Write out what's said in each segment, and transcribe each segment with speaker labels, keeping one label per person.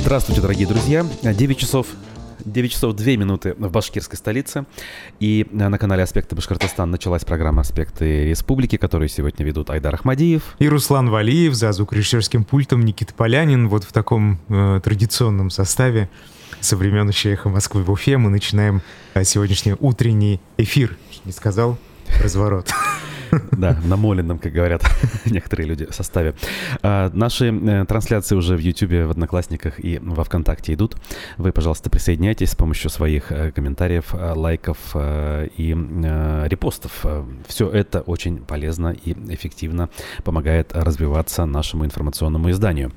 Speaker 1: Здравствуйте, дорогие друзья. 9 часов 2 минуты в башкирской столице. И на канале «Аспекты Башкортостана» началась программа «Аспекты Республики», которую сегодня ведут Айдар Ахмадиев
Speaker 2: и Руслан Валиев, за звукорежиссерским пультом Никита Полянин. Вот в таком традиционном составе со времен еще «Эхо Москвы» в Уфе мы начинаем сегодняшний утренний эфир. Не сказал? Разворот.
Speaker 1: Да, намоленном, как говорят некоторые люди в составе. Наши трансляции уже в Ютубе, в Одноклассниках и во ВКонтакте идут. Вы, пожалуйста, присоединяйтесь с помощью своих комментариев, лайков и репостов. Все это очень полезно и эффективно помогает развиваться нашему информационному изданию.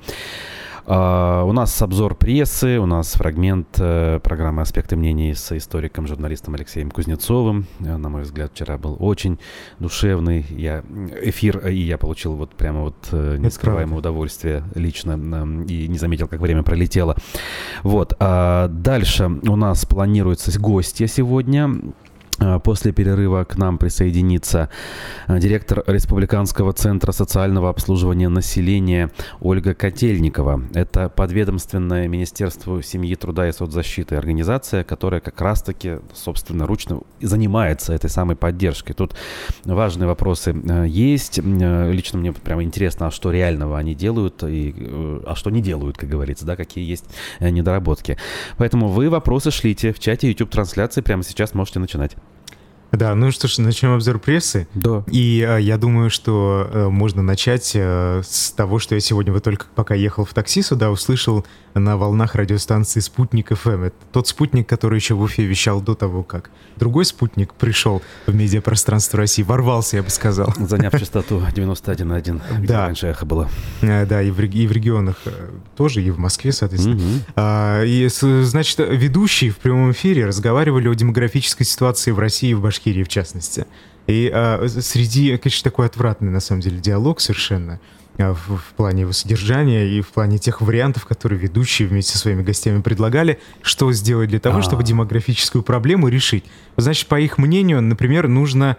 Speaker 1: У нас обзор прессы, у нас фрагмент программы «Аспекты мнений» с историком, журналистом Алексеем Кузнецовым. На мой взгляд, вчера был очень душевный эфир, и я получил вот прямо вот нескрываемое удовольствие лично и не заметил, как время пролетело. Вот. Дальше у нас планируется гостья сегодня. После перерыва к нам присоединится директор Республиканского центра социального обслуживания населения Ольга Котельникова. Это подведомственное Министерству семьи, труда и соцзащиты организация, которая как раз-таки собственноручно занимается этой самой поддержкой. Тут важные вопросы есть. Лично мне прямо интересно, а что реального они делают, а что не делают, как говорится, да, какие есть недоработки. Поэтому вы вопросы шлите в чате YouTube-трансляции. Прямо сейчас можете начинать.
Speaker 2: Да, ну что ж, начнем обзор прессы.
Speaker 1: Да.
Speaker 2: И я думаю, что можно начать с того, что я сегодня вот только пока ехал в такси сюда, услышал на волнах радиостанции «Спутник ФМ». Это тот спутник, который еще в Уфе вещал до того, как другой спутник пришел в медиапространство России, ворвался, я бы сказал.
Speaker 1: Заняв частоту 91,1, где
Speaker 2: да.
Speaker 1: Раньше эхо было.
Speaker 2: Да, и в регионах тоже, и в Москве, соответственно. Значит, ведущие в прямом эфире разговаривали о демографической ситуации в России и в Башкирии, в частности. И среди, конечно, такой отвратный, на самом деле, диалог совершенно в плане его содержания и в плане тех вариантов, которые ведущие вместе со своими гостями предлагали, что сделать для того, чтобы демографическую проблему решить. Значит, по их мнению, например, нужно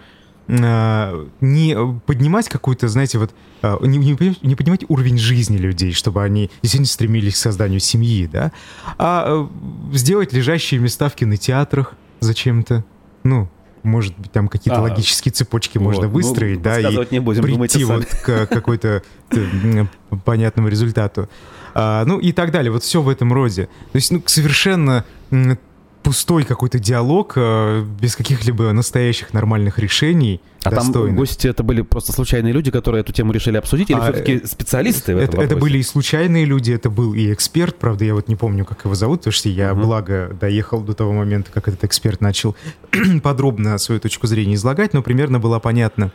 Speaker 2: не поднимать какую-то, знаете, вот не поднимать уровень жизни людей, чтобы они действительно стремились к созданию семьи, да, а сделать лежащие места в кинотеатрах зачем-то, может быть, там какие-то логические цепочки можно выстроить, да, и
Speaker 1: не будем,
Speaker 2: прийти вот к какой-то понятному результату. И так далее. Вот все в этом роде. То есть, совершенно пустой какой-то диалог, без каких-либо настоящих нормальных решений. Достойных.
Speaker 1: Там гости это были просто случайные люди, которые эту тему решили обсудить, или все-таки специалисты в этом вопросе?
Speaker 2: Это были и случайные люди, это был и эксперт, правда, я вот не помню, как его зовут, потому что я, благо, доехал до того момента, как этот эксперт начал подробно свою точку зрения излагать, но примерно было понятно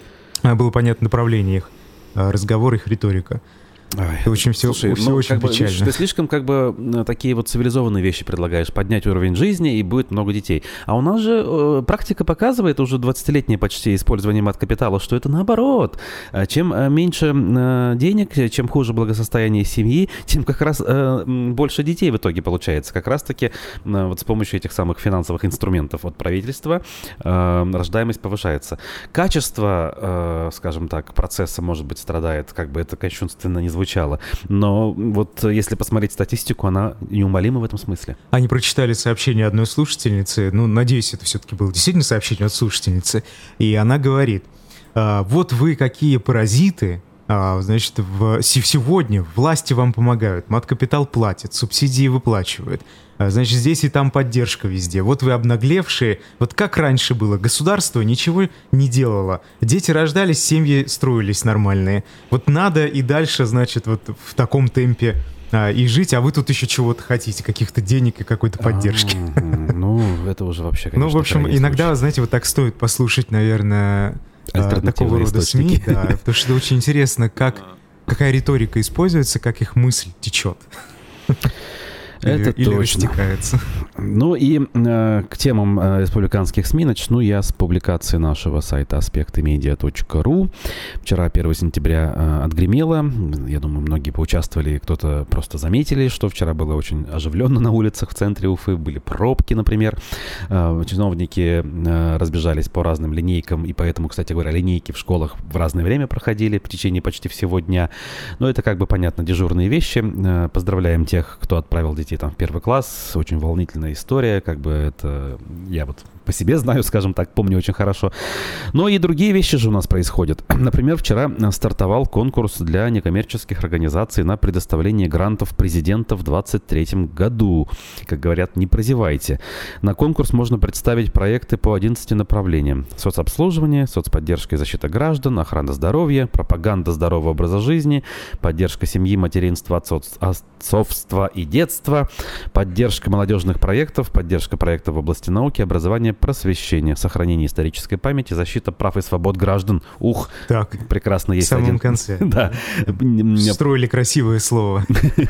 Speaker 2: направление их разговора, их риторика. Очень все очень печально.
Speaker 1: Видишь, ты слишком такие вот цивилизованные вещи предлагаешь. Поднять уровень жизни, и будет много детей. А у нас же практика показывает, уже 20-летнее почти использование мат-капитала, что это наоборот. Чем меньше денег, чем хуже благосостояние семьи, тем как раз больше детей в итоге получается. Как раз-таки вот с помощью этих самых финансовых инструментов от правительства рождаемость повышается. Качество, скажем так, процесса, может быть, страдает, как бы это кощунственно не звучало. Но вот если посмотреть статистику, она неумолима в этом смысле.
Speaker 2: Они прочитали сообщение одной слушательницы, надеюсь, это все-таки было действительно сообщение от слушательницы, и она говорит: вот вы какие паразиты, значит, сегодня власти вам помогают, мат-капитал платит, субсидии выплачивают, значит, здесь и там поддержка везде. Вот вы обнаглевшие. Вот как раньше было. Государство ничего не делало. Дети рождались, семьи строились нормальные. Вот надо и дальше, значит, вот в таком темпе и жить, а вы тут еще чего-то хотите, каких-то денег и какой-то поддержки.
Speaker 1: Это уже вообще, конечно,
Speaker 2: в общем, иногда, знаете, вот так стоит послушать, наверное, такого рода СМИ, да, потому что это очень интересно, какая риторика используется, как их мысль течет. или растекается.
Speaker 1: Ну и к темам республиканских СМИ начну я с публикации нашего сайта aspectmedia.ru. Вчера, 1 сентября, отгремело. Я думаю, многие поучаствовали, кто-то просто заметили, что вчера было очень оживленно на улицах в центре Уфы. Были пробки, например. Чиновники разбежались по разным линейкам, и поэтому, кстати говоря, линейки в школах в разное время проходили в течение почти всего дня. Но это, как бы, понятно, дежурные вещи. Поздравляем тех, кто отправил детей там в 1 класс. Очень волнительная история, как бы это я вот по себе знаю, скажем так, помню очень хорошо. Но и другие вещи же у нас происходят. Например, вчера стартовал конкурс для некоммерческих организаций на предоставление грантов президента в 2023 году. Как говорят, не прозевайте. На конкурс можно представить проекты по 11 направлениям. Соцобслуживание, соцподдержка и защита граждан, охрана здоровья, пропаганда здорового образа жизни, поддержка семьи, материнства, отцовства и детства, поддержка молодежных проектов, поддержка проектов в области науки, образования, просвещения, сохранение исторической памяти, защита прав и свобод граждан. Ух, так, прекрасно есть.
Speaker 2: В самом конце.
Speaker 1: Да.
Speaker 2: Строили красивое слово.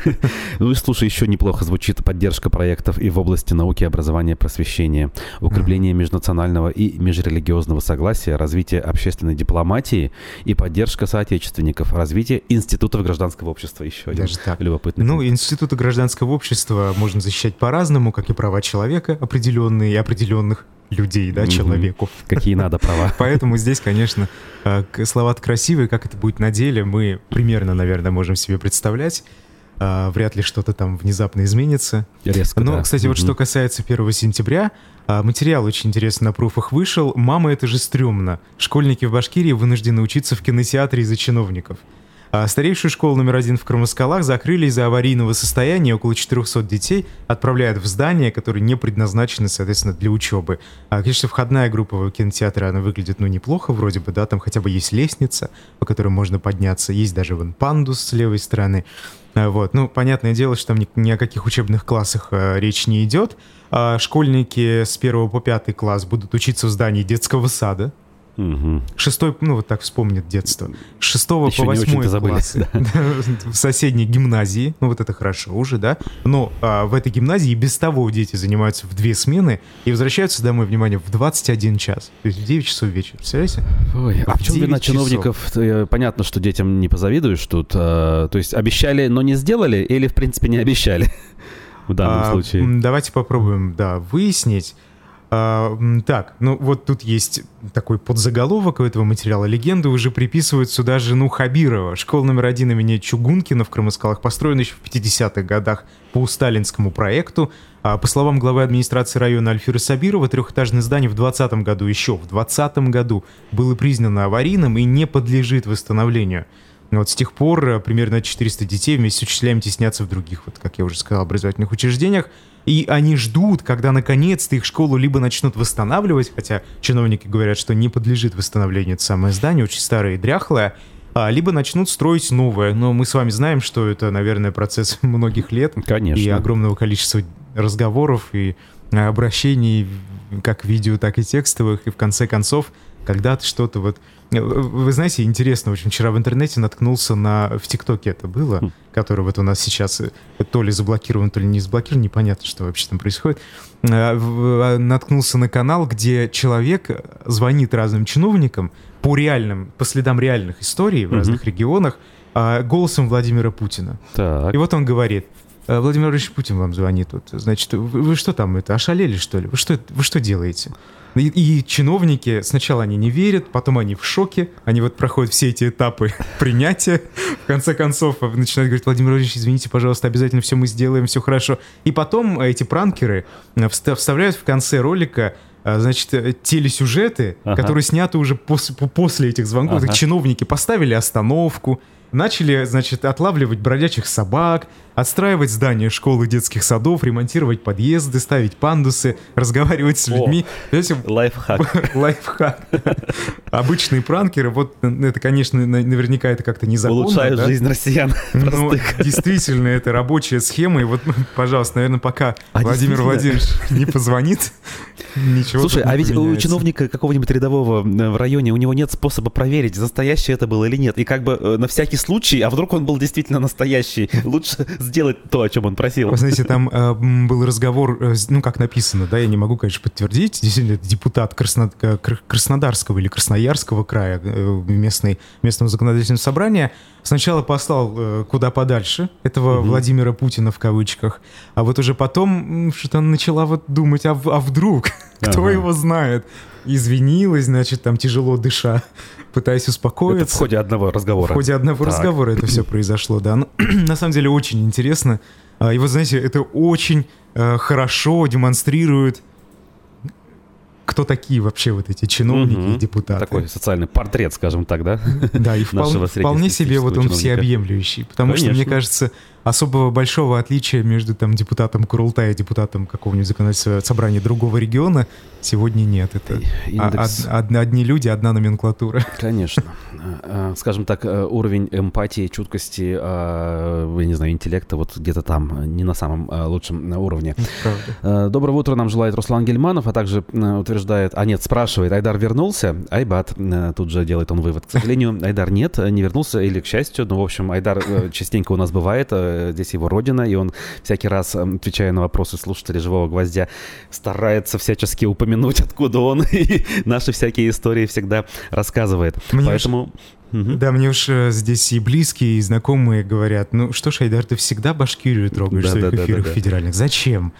Speaker 1: Ну и слушай, еще неплохо звучит поддержка проектов и в области науки, образования, просвещения, укрепление межнационального и межрелигиозного согласия, развитие общественной дипломатии и поддержка соотечественников, развитие институтов гражданского общества. Еще один любопытный.
Speaker 2: Ну, институты гражданского общества можно защищать по-разному, как и права человека определенные и определенных людей, да, человеку.
Speaker 1: Какие надо права.
Speaker 2: Поэтому здесь, конечно, слова-то красивые, как это будет на деле, мы примерно, наверное, можем себе представлять. Вряд ли что-то там внезапно изменится.
Speaker 1: Резко,
Speaker 2: но, кстати, вот что касается 1 сентября, материал очень интересный на пруфах вышел. «Мама, это же стрёмно. Школьники в Башкирии вынуждены учиться в кинотеатре из-за чиновников». Старейшую школу номер 1 в Кармаскалах закрыли из-за аварийного состояния. Около 400 детей отправляют в здания, которые не предназначены, соответственно, для учебы. Конечно, входная группа кинотеатра, она выглядит, неплохо вроде бы, да, там хотя бы есть лестница, по которой можно подняться, есть даже вон пандус с левой стороны. Вот. Ну, понятное дело, что там ни о каких учебных классах речь не идет. Школьники с 1 по 5 класс будут учиться в здании детского сада. 6, вот так вспомнит детство. С 6 по 8 классы в соседней гимназии. Ну, вот это хорошо уже, да. Но в этой гимназии и без того дети занимаются в 2 смены и возвращаются домой, внимание, в 21 час. То есть в 9 часов вечера. Представляете?
Speaker 1: Ой, а в чем вина чиновников? Понятно, что детям не позавидуешь тут. То есть обещали, но не сделали, или, в принципе, не обещали в данном случае?
Speaker 2: Давайте попробуем, выяснить. Так, вот тут есть такой подзаголовок у этого материала. Легенды уже приписывают сюда жену Хабирова. Школа номер 1 имени Чугункина в Кармаскалах построена еще в 50-х годах по сталинскому проекту. По словам главы администрации района Альфира Сабирова, 3-этажное здание в 2020 году, еще в 2020 году, было признано аварийным и не подлежит восстановлению. Вот с тех пор примерно 400 детей вместе с учителями теснятся в других, вот, как я уже сказал, образовательных учреждениях. И они ждут, когда наконец-то их школу либо начнут восстанавливать, хотя чиновники говорят, что не подлежит восстановлению это самое здание, очень старое и дряхлое, либо начнут строить новое. Но мы с вами знаем, что это, наверное, процесс многих лет.
Speaker 1: Конечно.
Speaker 2: И огромного количества разговоров и обращений, как видео, так и текстовых. И в конце концов, когда-то что-то вот... Вы знаете, интересно, очень вчера в интернете наткнулся в ТикТоке это было, который вот у нас сейчас то ли заблокирован, то ли не заблокирован, непонятно, что вообще там происходит. Наткнулся на канал, где человек звонит разным чиновникам по следам реальных историй в разных регионах голосом Владимира Путина.
Speaker 1: Так.
Speaker 2: И вот он говорит: Владимир Владимирович Путин вам звонит. Вот, значит, вы что там, ошалели, что ли? Вы что делаете? И чиновники, сначала они не верят, потом они в шоке, они вот проходят все эти этапы принятия, в конце концов начинают говорить: Владимир Владимирович, извините, пожалуйста, обязательно все мы сделаем, все хорошо. И потом эти пранкеры вставляют в конце ролика, значит, телесюжеты, которые сняты уже после этих звонков. Чиновники поставили остановку, начали, значит, отлавливать бродячих собак, отстраивать здания школ и детских садов, ремонтировать подъезды, ставить пандусы, разговаривать с людьми.
Speaker 1: Лайфхак.
Speaker 2: Лайфхак. Обычные пранкеры, вот это, конечно, наверняка это как-то незаконно.
Speaker 1: Улучшают жизнь россиян.
Speaker 2: Но действительно, это рабочая схема. И вот, пожалуйста, наверное, пока Владимир Владимирович не позвонит, ничего.
Speaker 1: Слушай, а ведь у чиновника какого-нибудь рядового в районе, у него нет способа проверить, настоящее это было или нет. И как бы на всякий случай, а вдруг он был действительно настоящий, лучше сделать то, о чем он просил.
Speaker 2: Вы знаете, там был разговор, ну, как написано, да, я не могу, конечно, подтвердить, действительно, это депутат Краснодарского или Красноярского края местного законодательного собрания сначала послал куда подальше этого Владимира Путина в кавычках, а вот уже потом что-то начала вот думать, а вдруг, кто его знает, извинилась, значит, там тяжело дыша, пытаясь успокоиться.
Speaker 1: Это в ходе одного разговора.
Speaker 2: В ходе одного разговора это все произошло, да. Но, на самом деле очень интересно. И вот, знаете, это очень хорошо демонстрирует, кто такие вообще вот эти чиновники и депутаты.
Speaker 1: Такой социальный портрет, скажем так, да?
Speaker 2: Да, и вполне себе вот он всеобъемлющий. Потому что, мне кажется, особого большого отличия между там депутатом Курултая и депутатом какого-нибудь законодательного собрания другого региона сегодня нет. Это одни люди, одна номенклатура.
Speaker 1: Конечно. Скажем так, уровень эмпатии, чуткости, я не знаю, интеллекта вот где-то там, не на самом лучшем уровне.
Speaker 2: Правда.
Speaker 1: Доброе утро нам желает Руслан Гельманов, а также утверждает, спрашивает, Айдар вернулся? Айбат, тут же делает он вывод. К сожалению, Айдар нет, не вернулся, или к счастью, в общем, Айдар частенько у нас бывает, здесь его родина, и он всякий раз, отвечая на вопросы слушателей «Живого гвоздя», старается всячески упомянуть, откуда он, и наши всякие истории всегда рассказывает. Поэтому...
Speaker 2: Да, мне уж здесь и близкие, и знакомые говорят, ну что ж, Айдар, ты всегда Башкирию трогаешь в своих эфирах федеральных. Зачем?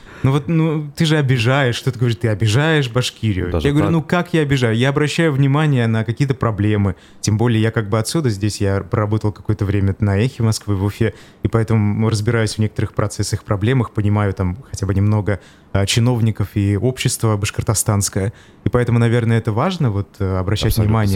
Speaker 2: Ты же обижаешь. Что ты говоришь, ты обижаешь Башкирию. Я говорю, как я обижаю? Я обращаю внимание на какие-то проблемы. Тем более я как бы отсюда, здесь я проработал какое-то время на Эхе Москвы в Уфе, и поэтому разбираюсь в некоторых процессах, проблемах, понимаю там хотя бы немного чиновников и общества башкортостанское. И поэтому, наверное, это важно, вот обращать внимание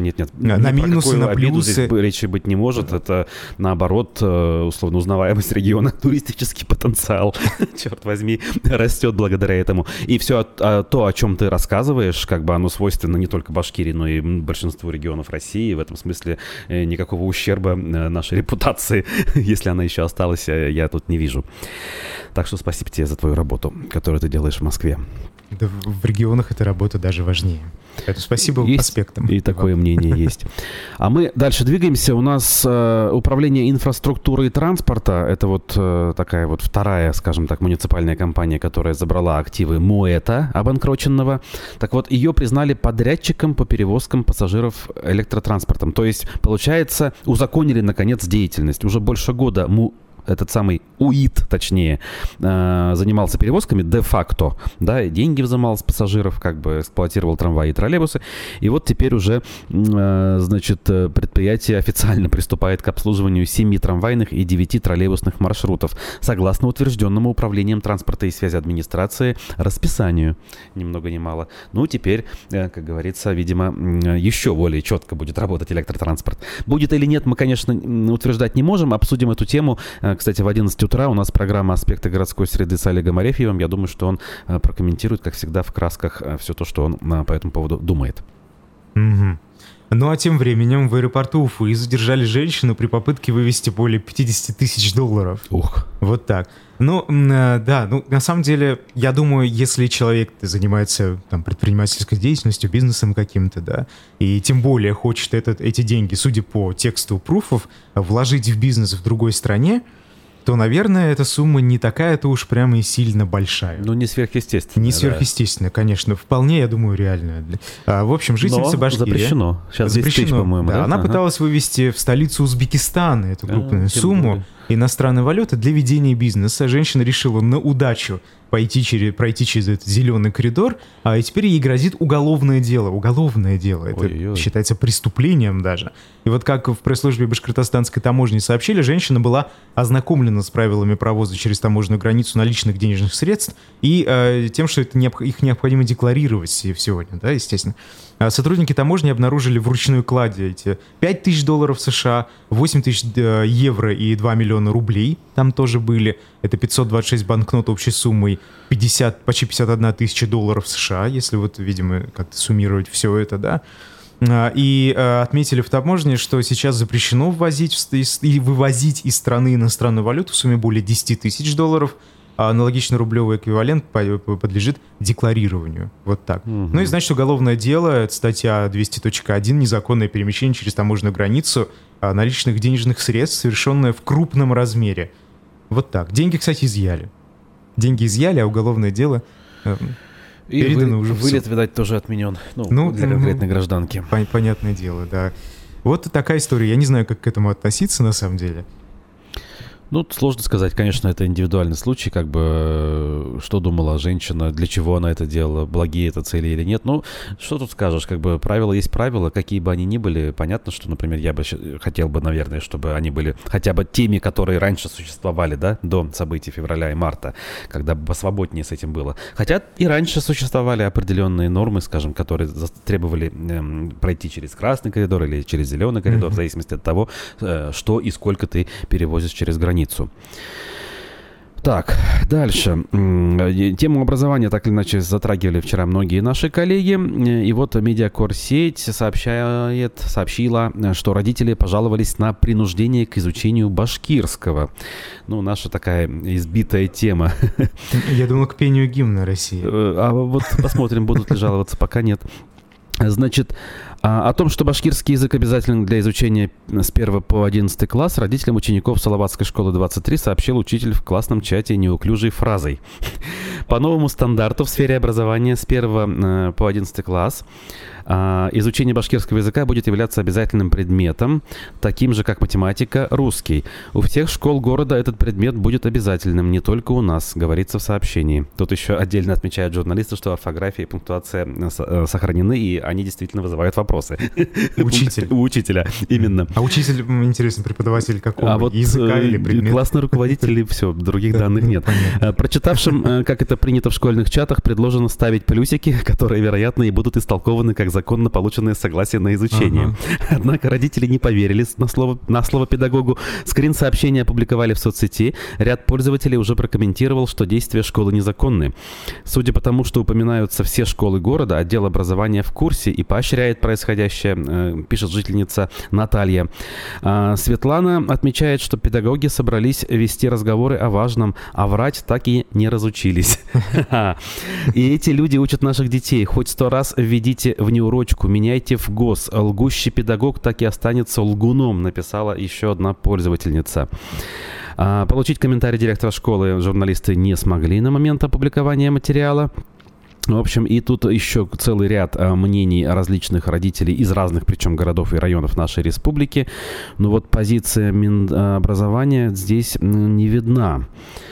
Speaker 2: на минусы, на плюсы.
Speaker 1: Здесь речи быть не может. Это, наоборот, условно, узнаваемость региона, туристический потенциал, черт возьми, растет благодаря этому. И все то, о чем ты рассказываешь, как бы оно свойственно не только Башкирии, но и большинству регионов России. В этом смысле никакого ущерба нашей репутации, если она еще осталась, я тут не вижу. Так что спасибо тебе за твою работу, которую ты делаешь в Москве.
Speaker 2: Да, в регионах эта работа даже важнее. Поэтому спасибо аспектам.
Speaker 1: И такое мнение есть. А мы дальше двигаемся. У нас управление инфраструктурой и транспорта. Это вот такая вот вторая, скажем так, муниципальная компания, которая забрала активы МОЭТа, обанкроченного. Так вот, ее признали подрядчиком по перевозкам пассажиров электротранспортом. То есть, получается, узаконили, наконец, деятельность. Уже больше года этот самый УИТ, точнее, занимался перевозками де-факто, да, и деньги взимал с пассажиров, как бы эксплуатировал трамваи и троллейбусы. И вот теперь уже, значит, предприятие официально приступает к обслуживанию 7 трамвайных и 9 троллейбусных маршрутов, согласно утвержденному Управлением транспорта и связи администрации расписанию. Ни много ни мало. Ну, теперь, как говорится, видимо, еще более четко будет работать электротранспорт. Будет или нет, мы, конечно, утверждать не можем. Обсудим эту тему. Кстати, в 11 утра у нас программа «Аспекты городской среды» с Олегом Арефьевым. Я думаю, что он прокомментирует, как всегда, в красках все то, что он по этому поводу думает.
Speaker 2: Ну а тем временем в аэропорту Уфы задержали женщину при попытке вывести более $50 тысяч.
Speaker 1: Ух.
Speaker 2: Вот так. На самом деле, я думаю, если человек занимается там предпринимательской деятельностью, бизнесом каким-то, да, и тем более хочет эти деньги, судя по тексту пруфов, вложить в бизнес в другой стране, то, наверное, эта сумма не такая-то уж прямо и сильно большая.
Speaker 1: Ну, не сверхъестественная.
Speaker 2: Не сверхъестественная, конечно. Вполне, я думаю, реальная. В общем, жительница Башкирии...
Speaker 1: запрещено. Сейчас 10 тысяч, по-моему, да?
Speaker 2: Она пыталась вывести в столицу Узбекистана эту крупную сумму иностранной валюты для ведения бизнеса. Женщина решила на удачу пройти через этот зеленый коридор, и теперь ей грозит уголовное дело. Уголовное дело. Это считается преступлением даже. И вот как в пресс-службе башкортостанской таможни сообщили, женщина была ознакомлена с правилами провоза через таможенную границу наличных денежных средств и тем, что их необходимо декларировать сегодня, да, естественно. Сотрудники таможни обнаружили в ручной кладе эти $5 тысяч США, 8 тысяч евро и 2 миллиона рублей. Там тоже были. Это 526 банкнот общей суммой почти 51 тысяча долларов США, если вот, видимо, как-то суммировать все это, да. И отметили в таможне, что сейчас запрещено ввозить и вывозить из страны иностранную валюту в сумме более 10 тысяч долларов, а аналогично рублевый эквивалент подлежит декларированию. Вот так. Ну и значит, уголовное дело, статья 200.1, незаконное перемещение через таможенную границу наличных денежных средств, совершенное в крупном размере. Вот так. Деньги, кстати, изъяли. Деньги изъяли, а уголовное дело передано уже в суд.
Speaker 1: Вылет, видать, тоже отменен. Ну, для конкретной гражданки.
Speaker 2: Понятное дело, да. Вот такая история. Я не знаю, как к этому относиться на самом деле.
Speaker 1: Ну, сложно сказать, конечно, это индивидуальный случай, как бы, что думала женщина, для чего она это делала, благие это цели или нет. Ну, что тут скажешь, как бы, правила есть правила, какие бы они ни были. Понятно, что, например, я бы хотел бы, наверное, чтобы они были хотя бы теми, которые раньше существовали, да, до событий февраля и марта, когда бы посвободнее с этим было. Хотя и раньше существовали определенные нормы, скажем, которые требовали пройти через красный коридор или через зеленый коридор, в зависимости от того, что и сколько ты перевозишь через границу. Так, дальше. Тему образования так или иначе затрагивали вчера многие наши коллеги. И вот Медиакор-сеть сообщила, что родители пожаловались на принуждение к изучению башкирского. Ну, наша такая избитая тема.
Speaker 2: Я думал, к пению гимна России.
Speaker 1: А вот посмотрим, будут ли жаловаться, пока нет. Значит, о том, что башкирский язык обязателен для изучения с 1 по 11 класс, родителям учеников Салаватской школы 23 сообщил учитель в классном чате неуклюжей фразой. По новому стандарту в сфере образования с 1 по 11 класс изучение башкирского языка будет являться обязательным предметом, таким же, как математика, русский. У всех школ города этот предмет будет обязательным, не только у нас, говорится в сообщении. Тут еще отдельно отмечают журналисты, что орфография и пунктуация сохранены, и они действительно вызывают вопросы.
Speaker 2: Учитель.
Speaker 1: У учителя, именно.
Speaker 2: А учитель, интересно, преподаватель какого? Языка или предмета?
Speaker 1: Классный руководитель, и все, других данных нет. Прочитавшим, как это принято в школьных чатах, предложено ставить плюсики, которые, вероятно, и будут истолкованы как законно полученное согласие на изучение. Однако родители не поверили на слово педагогу. Скрин сообщения опубликовали в соцсети. Ряд пользователей уже прокомментировал, что действия школы незаконны. Судя по тому, что упоминаются все школы города, отдел образования в курсе и поощряет происходящее, пишет жительница Наталья. Светлана отмечает, что педагоги собрались вести разговоры о важном, а врать так и не разучились. И эти люди учат наших детей. Хоть 100 раз введите в неурочку, меняйте в ГОС. Лгущий педагог так и останется лгуном, написала еще одна пользовательница. Получить комментарий директора школы журналисты не смогли на момент опубликования материала. В общем, и тут еще целый ряд мнений различных родителей из разных, причем городов и районов нашей республики. Но вот позиция Минобразования здесь не видна.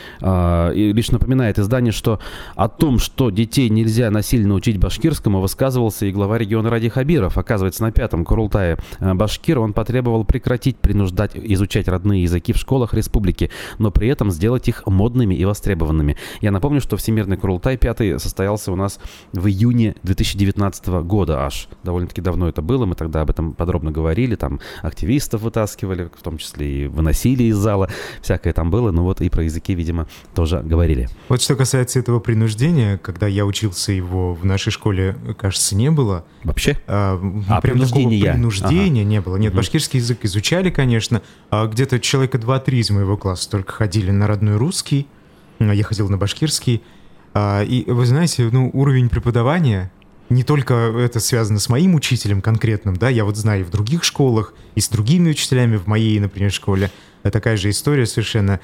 Speaker 1: И лишь напоминает издание, что о том, что детей нельзя насильно учить башкирскому, высказывался и глава региона Ради Хабиров. Оказывается, на 5-м Курултае Башкир он потребовал прекратить принуждать изучать родные языки в школах республики, но при этом сделать их модными и востребованными. Я напомню, что Всемирный Курултай 5-й состоялся у нас в июне 2019 года аж. Довольно-таки давно это было, мы тогда об этом подробно говорили, там активистов вытаскивали, в том числе и выносили из зала, всякое там было, но вот и про языки, видимо, тоже говорили.
Speaker 2: Вот что касается этого принуждения, когда я учился, его в нашей школе, кажется, не было.
Speaker 1: Вообще?
Speaker 2: Прям такого принуждения не было. Нет, башкирский язык изучали, конечно. Где-то человека 2-3 из моего класса только ходили на родной русский. Я ходил на башкирский. И вы знаете, уровень преподавания, не только это связано с моим учителем конкретным, да, я вот знаю и в других школах, и с другими учителями в моей, например, школе. Такая же история совершенно,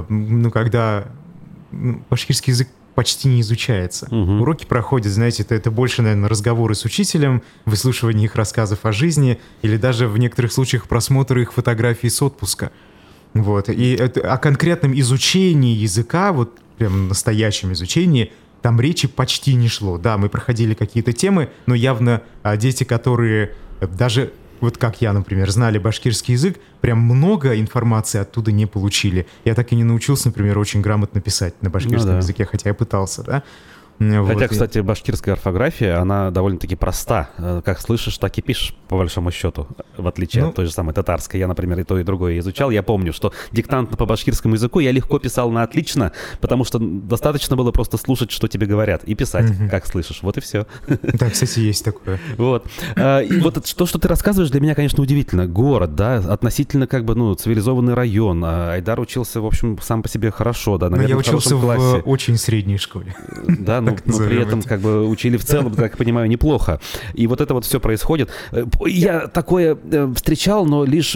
Speaker 2: когда башкирский язык почти не изучается. Уроки проходят, знаете, это больше, наверное, разговоры с учителем, выслушивание их рассказов о жизни или даже в некоторых случаях просмотр их фотографий с отпуска. Вот. И о конкретном изучении языка, вот прям настоящем изучении, там речи почти не шло. Да, мы проходили какие-то темы, но явно дети, которые даже... Вот как я, например, знали башкирский язык, прям много информации оттуда не получили. Я так и не научился, например, очень грамотно писать на башкирском языке, хотя я пытался, да.
Speaker 1: Хотя, кстати, башкирская орфография, она довольно-таки проста. Как слышишь, так и пишешь, по большому счету, в отличие от той же самой татарской. Я, например, и то, и другое изучал. Я помню, что диктант по башкирскому языку я легко писал на отлично, потому что достаточно было просто слушать, что тебе говорят, и писать, как слышишь. Вот и все.
Speaker 2: Да, кстати, есть такое.
Speaker 1: Вот. И вот то, что ты рассказываешь, для меня, конечно, удивительно. Город, да, относительно как бы, цивилизованный район. Айдар учился, в общем, сам по себе хорошо, да, наверное,
Speaker 2: я учился в очень средней школе.
Speaker 1: Да, но при этом как бы учили в целом, как я понимаю, неплохо. И вот это вот все происходит. Я такое встречал, но лишь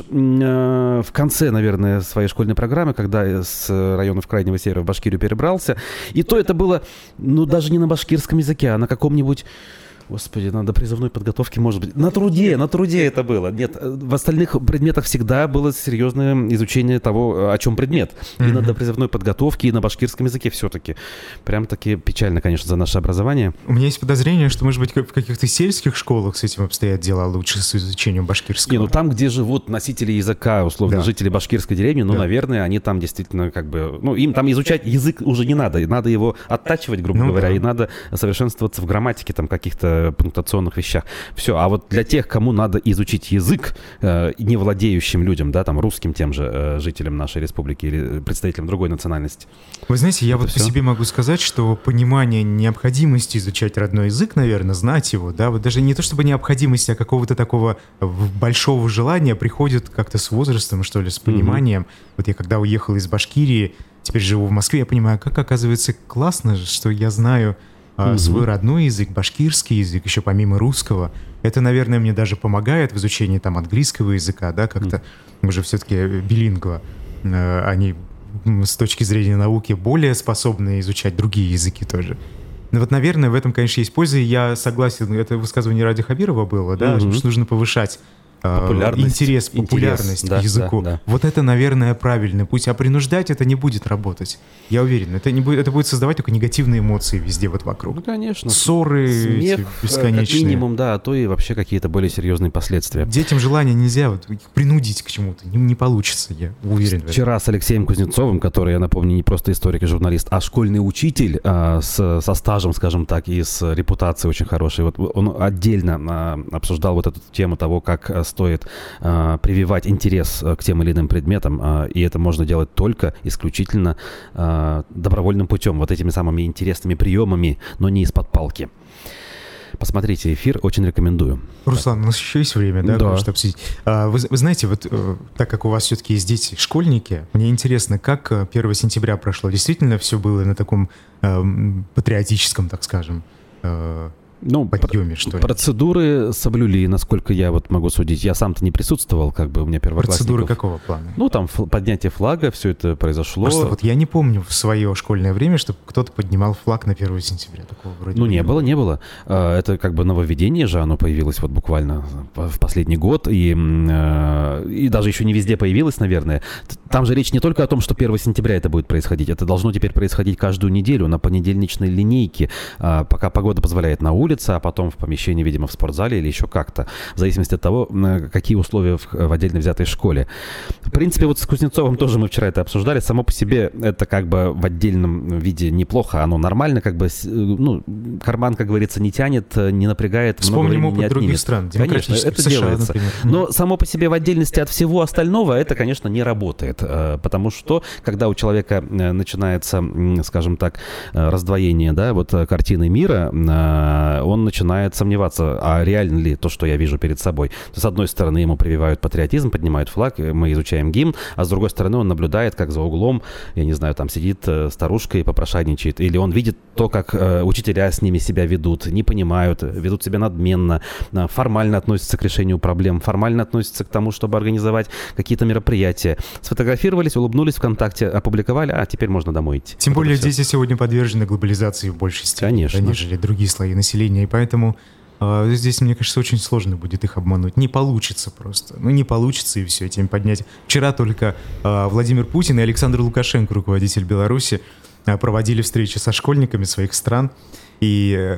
Speaker 1: в конце, наверное, своей школьной программы, когда с районов Крайнего Севера в Башкирию перебрался. И то это было, ну, даже не на башкирском языке, а на каком-нибудь... Господи, надо призывной подготовки, может быть. На труде это было. Нет, в остальных предметах всегда было серьезное изучение того, о чем предмет. И на призывной подготовке, и на башкирском языке все-таки. Прям-таки печально, конечно, за наше образование.
Speaker 2: У меня есть подозрение, что, может быть, в каких-то сельских школах с этим обстоят дела лучше, с изучением башкирского.
Speaker 1: Ну там, где живут носители языка, условно, жители башкирской деревни, наверное, они там действительно как бы... Ну, им там изучать язык уже не надо. Надо его оттачивать, грубо говоря, и надо совершенствоваться в грамматике, там, каких-то пунктуационных вещах. Все. А вот для тех, кому надо изучить язык, не владеющим людям, да, там, русским тем же жителям нашей республики или представителям другой национальности.
Speaker 2: Вы знаете, я вот по себе могу сказать, что понимание необходимости изучать родной язык, наверное, знать его, да, вот даже не то чтобы необходимости, а какого-то такого большого желания приходит как-то с возрастом, что ли, с пониманием. Вот я когда уехал из Башкирии, теперь живу в Москве, я понимаю, как, оказывается, классно, что я знаю свой родной язык, башкирский язык, еще помимо русского. Это, наверное, мне даже помогает в изучении там английского языка, да, как-то мы же все-таки билингва. Они с точки зрения науки более способны изучать другие языки тоже. Ну вот, наверное, в этом, конечно, есть польза, и я согласен, это высказывание Ради Хабирова было, да, что нужно повышать популярность к языку. Да. Вот это, наверное, правильный путь. А принуждать это не будет работать. Я уверен. Это будет создавать только негативные эмоции везде вот вокруг.
Speaker 1: Ну, конечно.
Speaker 2: Ссоры
Speaker 1: смех,
Speaker 2: бесконечные.
Speaker 1: Как минимум, да, а то и вообще какие-то более серьезные последствия.
Speaker 2: Детям желания нельзя вот, их принудить к чему-то. Не получится, я уверен.
Speaker 1: Вчера с Алексеем Кузнецовым, который, я напомню, не просто историк и журналист, а школьный учитель со стажем, скажем так, и с репутацией очень хорошей. Вот он отдельно обсуждал вот эту тему того, как стоит прививать интерес к тем или иным предметам, и это можно делать только исключительно добровольным путем, вот этими самыми интересными приемами, но не из-под палки. Посмотрите эфир, очень рекомендую.
Speaker 2: Руслан, у нас еще есть время, да, чтобы обсудить. Вы знаете, вот так как у вас все-таки есть дети, школьники, мне интересно, как 1 сентября прошло? Действительно все было на таком патриотическом, так скажем, подъеме, что ли?
Speaker 1: Процедуры соблюли, насколько я вот могу судить. Я сам-то не присутствовал, как бы у меня первоклассников.
Speaker 2: Процедуры какого плана?
Speaker 1: Ну, там поднятие флага, все это произошло.
Speaker 2: Просто вот я не помню в свое школьное время, чтобы кто-то поднимал флаг на 1 сентября. Такого вроде
Speaker 1: не было. Это как бы нововведение же, оно появилось вот буквально в последний год, и даже еще не везде появилось, наверное. Там же речь не только о том, что 1 сентября это будет происходить, это должно теперь происходить каждую неделю на понедельничной линейке, пока погода позволяет на улице, а потом в помещении, видимо, в спортзале или еще как-то, в зависимости от того, какие условия в отдельно взятой школе. В принципе, вот с Кузнецовым тоже мы вчера это обсуждали. Само по себе это как бы в отдельном виде неплохо, оно нормально, как бы, карман, как говорится, не тянет, не напрягает.
Speaker 2: Вспомним опыт других стран,
Speaker 1: конечно, это
Speaker 2: США,
Speaker 1: делается.
Speaker 2: Например.
Speaker 1: Но само по себе в отдельности от всего остального это, конечно, не работает, потому что, когда у человека начинается, скажем так, раздвоение, да, вот картины мира, он начинает сомневаться, а реально ли то, что я вижу перед собой. С одной стороны, ему прививают патриотизм, поднимают флаг, мы изучаем гимн, а с другой стороны, он наблюдает, как за углом, я не знаю, там сидит старушка и попрошайничает, или он видит то, как учителя с ними себя ведут, не понимают, ведут себя надменно, формально относятся к решению проблем, формально относятся к тому, чтобы организовать какие-то мероприятия. Сфотографировались, улыбнулись ВКонтакте, опубликовали, а теперь можно домой идти.
Speaker 2: Тем более дети сегодня подвержены глобализации в большей степени, нежели другие слои населения. И поэтому здесь, мне кажется, очень сложно будет их обмануть. Не получится просто. Не получится, и все, этим поднять. Вчера только Владимир Путин и Александр Лукашенко, руководитель Беларуси, проводили встречи со школьниками своих стран. И,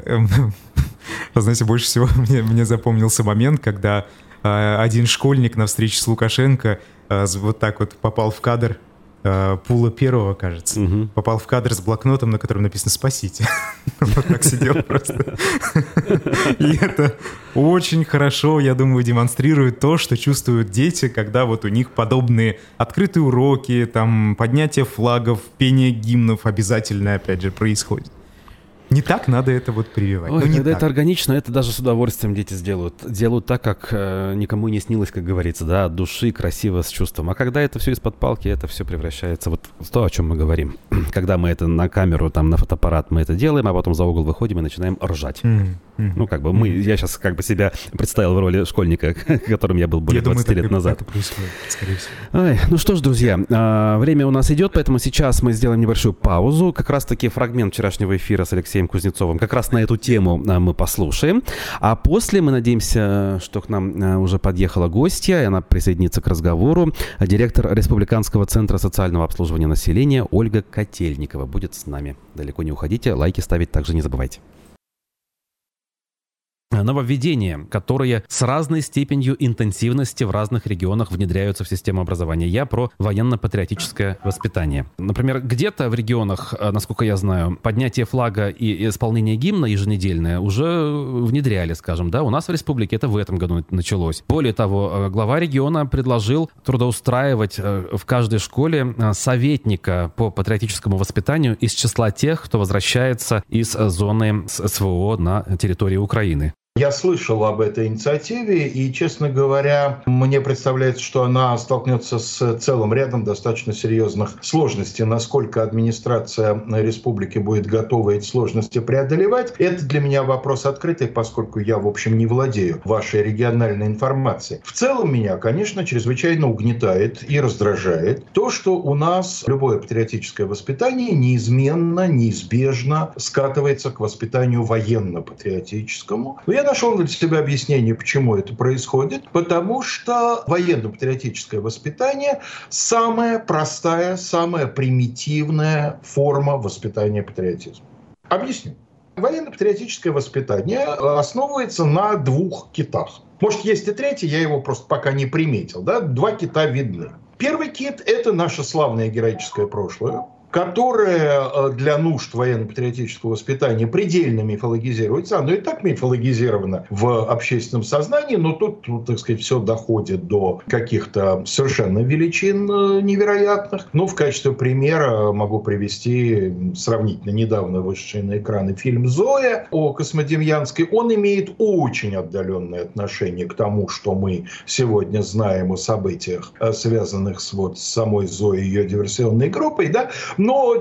Speaker 2: вы знаете, больше всего мне запомнился момент, когда один школьник на встрече с Лукашенко вот так вот попал в кадр, Пула первого, кажется, попал в кадр с блокнотом, на котором написано «Спасите». Вот так сидел просто. И это очень хорошо, я думаю, демонстрирует то, что чувствуют дети, когда вот у них подобные открытые уроки, там, поднятие флагов, пение гимнов обязательно, опять же, происходит. Не так надо это вот прививать.
Speaker 1: Ой,
Speaker 2: не
Speaker 1: когда
Speaker 2: так.
Speaker 1: это органично, это даже с удовольствием дети сделают. Делают так, как никому не снилось, как говорится, да, от души, красиво, с чувством. А когда это все из-под палки, это все превращается вот в то, о чем мы говорим. Когда мы это на камеру, там, на фотоаппарат мы это делаем, а потом за угол выходим и начинаем ржать. Ну, как бы я сейчас как бы себя представил в роли школьника, которым я был более 20 лет назад.
Speaker 2: Это происходит, скорее всего.
Speaker 1: Ой, ну что ж, друзья, время у нас идет, поэтому сейчас мы сделаем небольшую паузу. Как раз-таки фрагмент вчерашнего эфира с Алексеем Кузнецовым как раз на эту тему мы послушаем. А после мы надеемся, что к нам уже подъехала гостья, и она присоединится к разговору. Директор Республиканского центра социального обслуживания населения Ольга Котельникова будет с нами. Далеко не уходите, лайки ставить также не забывайте. Нововведения, которые с разной степенью интенсивности в разных регионах внедряются в систему образования. Я про военно-патриотическое воспитание. Например, где-то в регионах, насколько я знаю, поднятие флага и исполнение гимна еженедельное уже внедряли, скажем, да. У нас в республике это в этом году началось. Более того, глава региона предложил трудоустраивать в каждой школе советника по патриотическому воспитанию из числа тех, кто возвращается из зоны СВО на территории Украины.
Speaker 3: Я слышал об этой инициативе, и, честно говоря, мне представляется, что она столкнется с целым рядом достаточно серьезных сложностей. Насколько администрация республики будет готова эти сложности преодолевать, это для меня вопрос открытый, поскольку я, в общем, не владею вашей региональной информацией. В целом меня, конечно, чрезвычайно угнетает и раздражает то, что у нас любое патриотическое воспитание неизменно, неизбежно скатывается к воспитанию военно-патриотическому. Я нашел для себя объяснение, почему это происходит. Потому что военно-патриотическое воспитание – самая простая, самая примитивная форма воспитания патриотизма. Объясню. Военно-патриотическое воспитание основывается на двух китах. Может, есть и третий, я его просто пока не приметил. Да? Два кита видны. Первый кит – это наше славное героическое прошлое, которое для нужд военно-патриотического воспитания предельно мифологизируется. Оно и так мифологизировано в общественном сознании, но тут, так сказать, все доходит до каких-то совершенно величин невероятных. Ну, в качестве примера могу привести сравнительно недавно вышедший на экраны фильм «Зоя» о Космодемьянской. Он имеет очень отдаленное отношение к тому, что мы сегодня знаем о событиях, связанных с самой Зоей и ее диверсионной группой, да. Но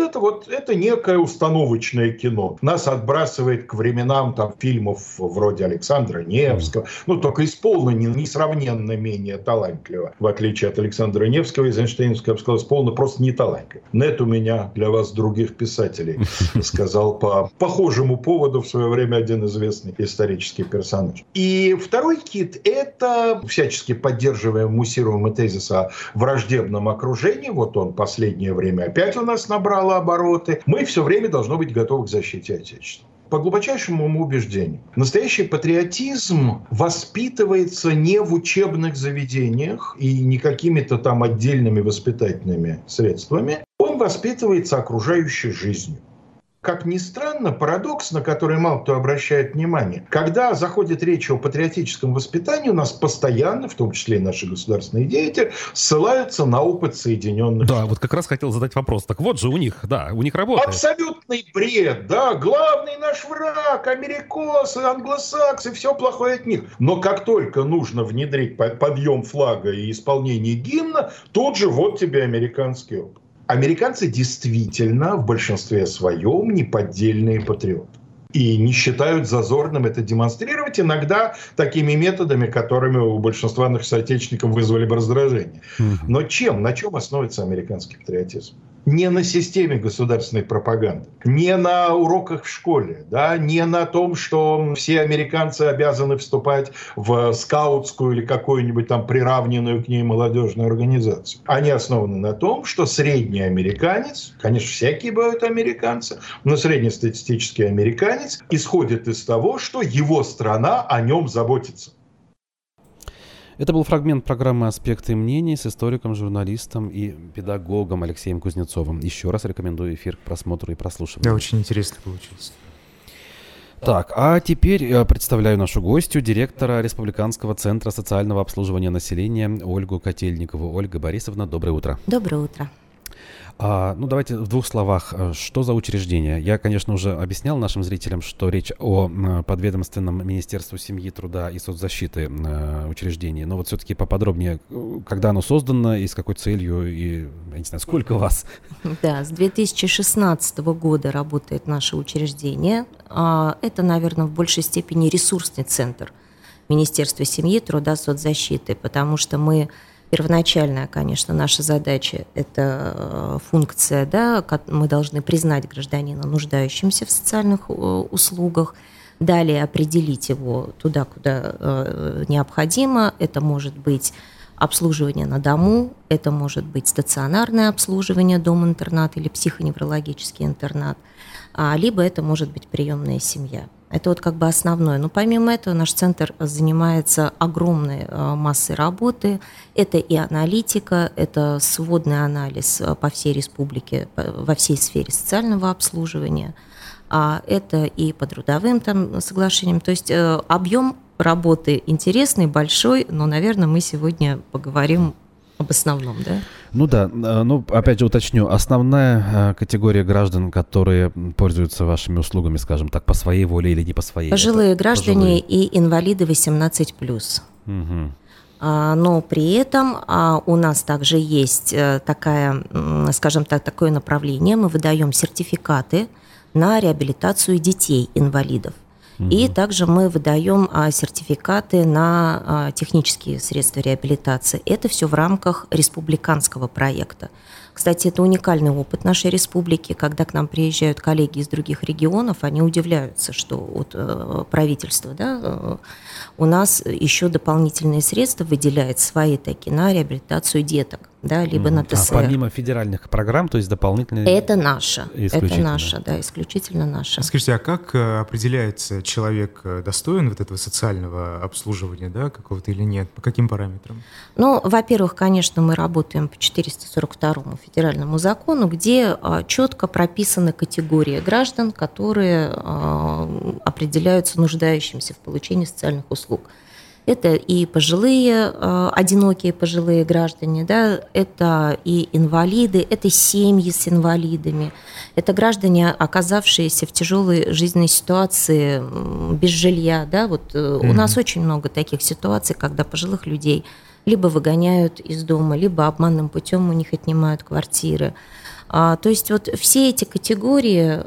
Speaker 3: это некое установочное кино. Нас отбрасывает к временам там, фильмов вроде Александра Невского, только из полно несравненно менее талантливого. В отличие от Александра Невского, из Эйнштейнского, я бы сказал, полно просто не талантлив. Нет у меня для вас других писателей, сказал по похожему поводу в свое время один известный исторический персонаж. И второй кит – это всячески поддерживаемый, муссируемый тезис о враждебном окружении. Вот он последнее время опять у нас набрало обороты. Мы все время должны быть готовы к защите Отечества. По глубочайшему моему убеждению, настоящий патриотизм воспитывается не в учебных заведениях и не какими-то там отдельными воспитательными средствами. Он воспитывается окружающей жизнью. Как ни странно, парадокс, на который мало кто обращает внимание. Когда заходит речь о патриотическом воспитании, у нас постоянно, в том числе и наши государственные деятели, ссылаются на опыт Соединенных Штатов.
Speaker 1: Да, вот как раз хотел задать вопрос. Так вот же у них работает.
Speaker 3: Абсолютный бред, да. Главный наш враг, америкосы, англосаксы, все плохое от них. Но как только нужно внедрить подъем флага и исполнение гимна, тут же вот тебе американский опыт. Американцы действительно в большинстве своем неподдельные патриоты. И не считают зазорным это демонстрировать, иногда такими методами, которыми у большинства наших соотечественников вызвали бы раздражение. Но на чем основывается американский патриотизм? Не на системе государственной пропаганды, не на уроках в школе, да, не на том, что все американцы обязаны вступать в скаутскую или какую-нибудь там приравненную к ней молодежную организацию. Они основаны на том, что средний американец, конечно, всякие бывают американцы, но среднестатистический американец исходит из того, что его страна о нем заботится.
Speaker 1: Это был фрагмент программы «Аспекты мнений» с историком, журналистом и педагогом Алексеем Кузнецовым. Еще раз рекомендую эфир к просмотру и прослушиванию.
Speaker 2: Да, очень интересно получилось.
Speaker 1: Так, а теперь представляю нашу гостью, директора Республиканского центра социального обслуживания населения Ольгу Котельникову. Ольга Борисовна, доброе утро.
Speaker 4: Доброе утро.
Speaker 1: Давайте в 2 словах, что за учреждение? Я, конечно, уже объяснял нашим зрителям, что речь о подведомственном Министерству семьи, труда и соцзащиты учреждении. Но вот все-таки поподробнее, когда оно создано и с какой целью, и, я не знаю, сколько вас?
Speaker 4: Да, с 2016 года работает наше учреждение. Это, наверное, в большей степени ресурсный центр Министерства семьи, труда и соцзащиты, потому что мы... Первоначальная, конечно, наша задача – это функция, да, мы должны признать гражданина нуждающимся в социальных услугах, далее определить его туда, куда необходимо. Это может быть обслуживание на дому, это может быть стационарное обслуживание, дом-интернат или психоневрологический интернат, либо это может быть приемная семья. Это вот как бы основное. Но помимо этого наш центр занимается огромной массой работы. Это и аналитика, это сводный анализ по всей республике, во всей сфере социального обслуживания. Это и по трудовым соглашениям. То есть объем работы интересный, большой, но, наверное, мы сегодня поговорим об основном, да?
Speaker 1: Опять же уточню, основная категория граждан, которые пользуются вашими услугами, скажем так, по своей воле или не по своей?
Speaker 4: Пожилые граждане и инвалиды 18+.
Speaker 1: Угу.
Speaker 4: Но при этом у нас также есть такое направление, мы выдаем сертификаты на реабилитацию детей-инвалидов. И также мы выдаем сертификаты на технические средства реабилитации. Это все в рамках республиканского проекта. Кстати, это уникальный опыт нашей республики. Когда к нам приезжают коллеги из других регионов, они удивляются, что от правительства, да, у нас еще дополнительные средства выделяет свои такие на реабилитацию деток, да, либо на ТСР.
Speaker 1: Помимо федеральных программ, то есть дополнительные...
Speaker 4: Это наше, да, исключительно наше.
Speaker 2: Скажите, а как определяется, человек достоин вот этого социального обслуживания, да, какого-то или нет? По каким параметрам?
Speaker 4: Во-первых, конечно, мы работаем по 442 федеральному закону, где четко прописаны категории граждан, которые определяются нуждающимся в получении социальных услуг. Это и пожилые, одинокие пожилые граждане, да, это и инвалиды, это семьи с инвалидами, это граждане, оказавшиеся в тяжелой жизненной ситуации, без жилья. Да, у нас очень много таких ситуаций, когда пожилых людей либо выгоняют из дома, либо обманным путем у них отнимают квартиры. То есть все эти категории...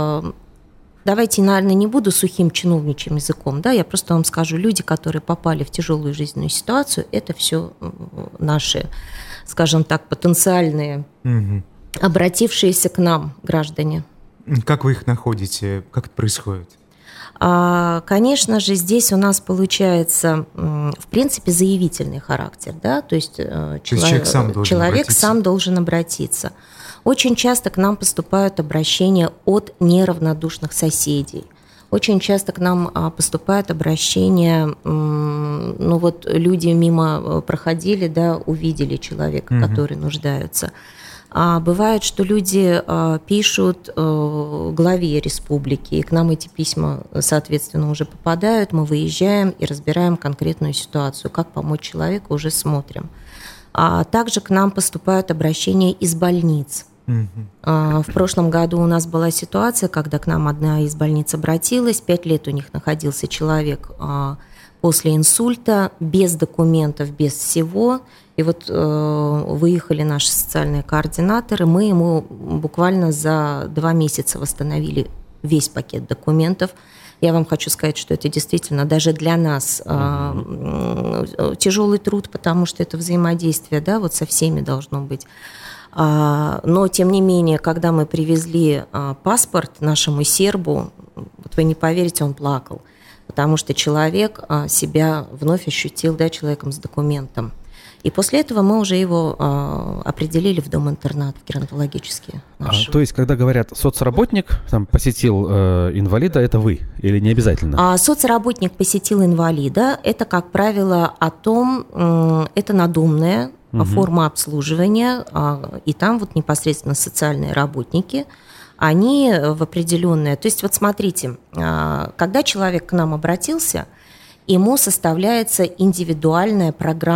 Speaker 4: Давайте, наверное, не буду сухим чиновничьим языком, да, я просто вам скажу, люди, которые попали в тяжелую жизненную ситуацию, это все наши, скажем так, потенциальные, обратившиеся к нам граждане.
Speaker 2: Как вы их находите? Как это происходит?
Speaker 4: Конечно же, здесь у нас получается, в принципе, заявительный характер, да, то есть человек сам должен обратиться. Очень часто к нам поступают обращения от неравнодушных соседей. Очень часто к нам поступают обращения, люди мимо проходили, да, увидели человека, который нуждается. Бывает, что люди пишут главе республики, и к нам эти письма, соответственно, уже попадают, мы выезжаем и разбираем конкретную ситуацию, как помочь человеку, уже смотрим. Также к нам поступают обращения из больниц. В прошлом году у нас была ситуация, когда к нам одна из больниц обратилась, 5 лет у них находился человек после инсульта, без документов, без всего. И выехали наши социальные координаторы, мы ему буквально за 2 месяца восстановили весь пакет документов. Я вам хочу сказать, что это действительно даже для нас тяжелый труд, потому что это взаимодействие, да, со всеми должно быть. Но, тем не менее, когда мы привезли паспорт нашему сербу, вы не поверите, он плакал, потому что человек себя вновь ощутил, да, человеком с документом. И после этого мы уже его определили в дом-интернат, в геронтологический.
Speaker 1: То есть, когда говорят соцработник посетил инвалида, это вы или не обязательно?
Speaker 4: Соцработник посетил инвалида, это, как правило, это надомная форма обслуживания, и там непосредственно социальные работники, они в определенное... То есть смотрите, когда человек к нам обратился, ему составляется индивидуальная программа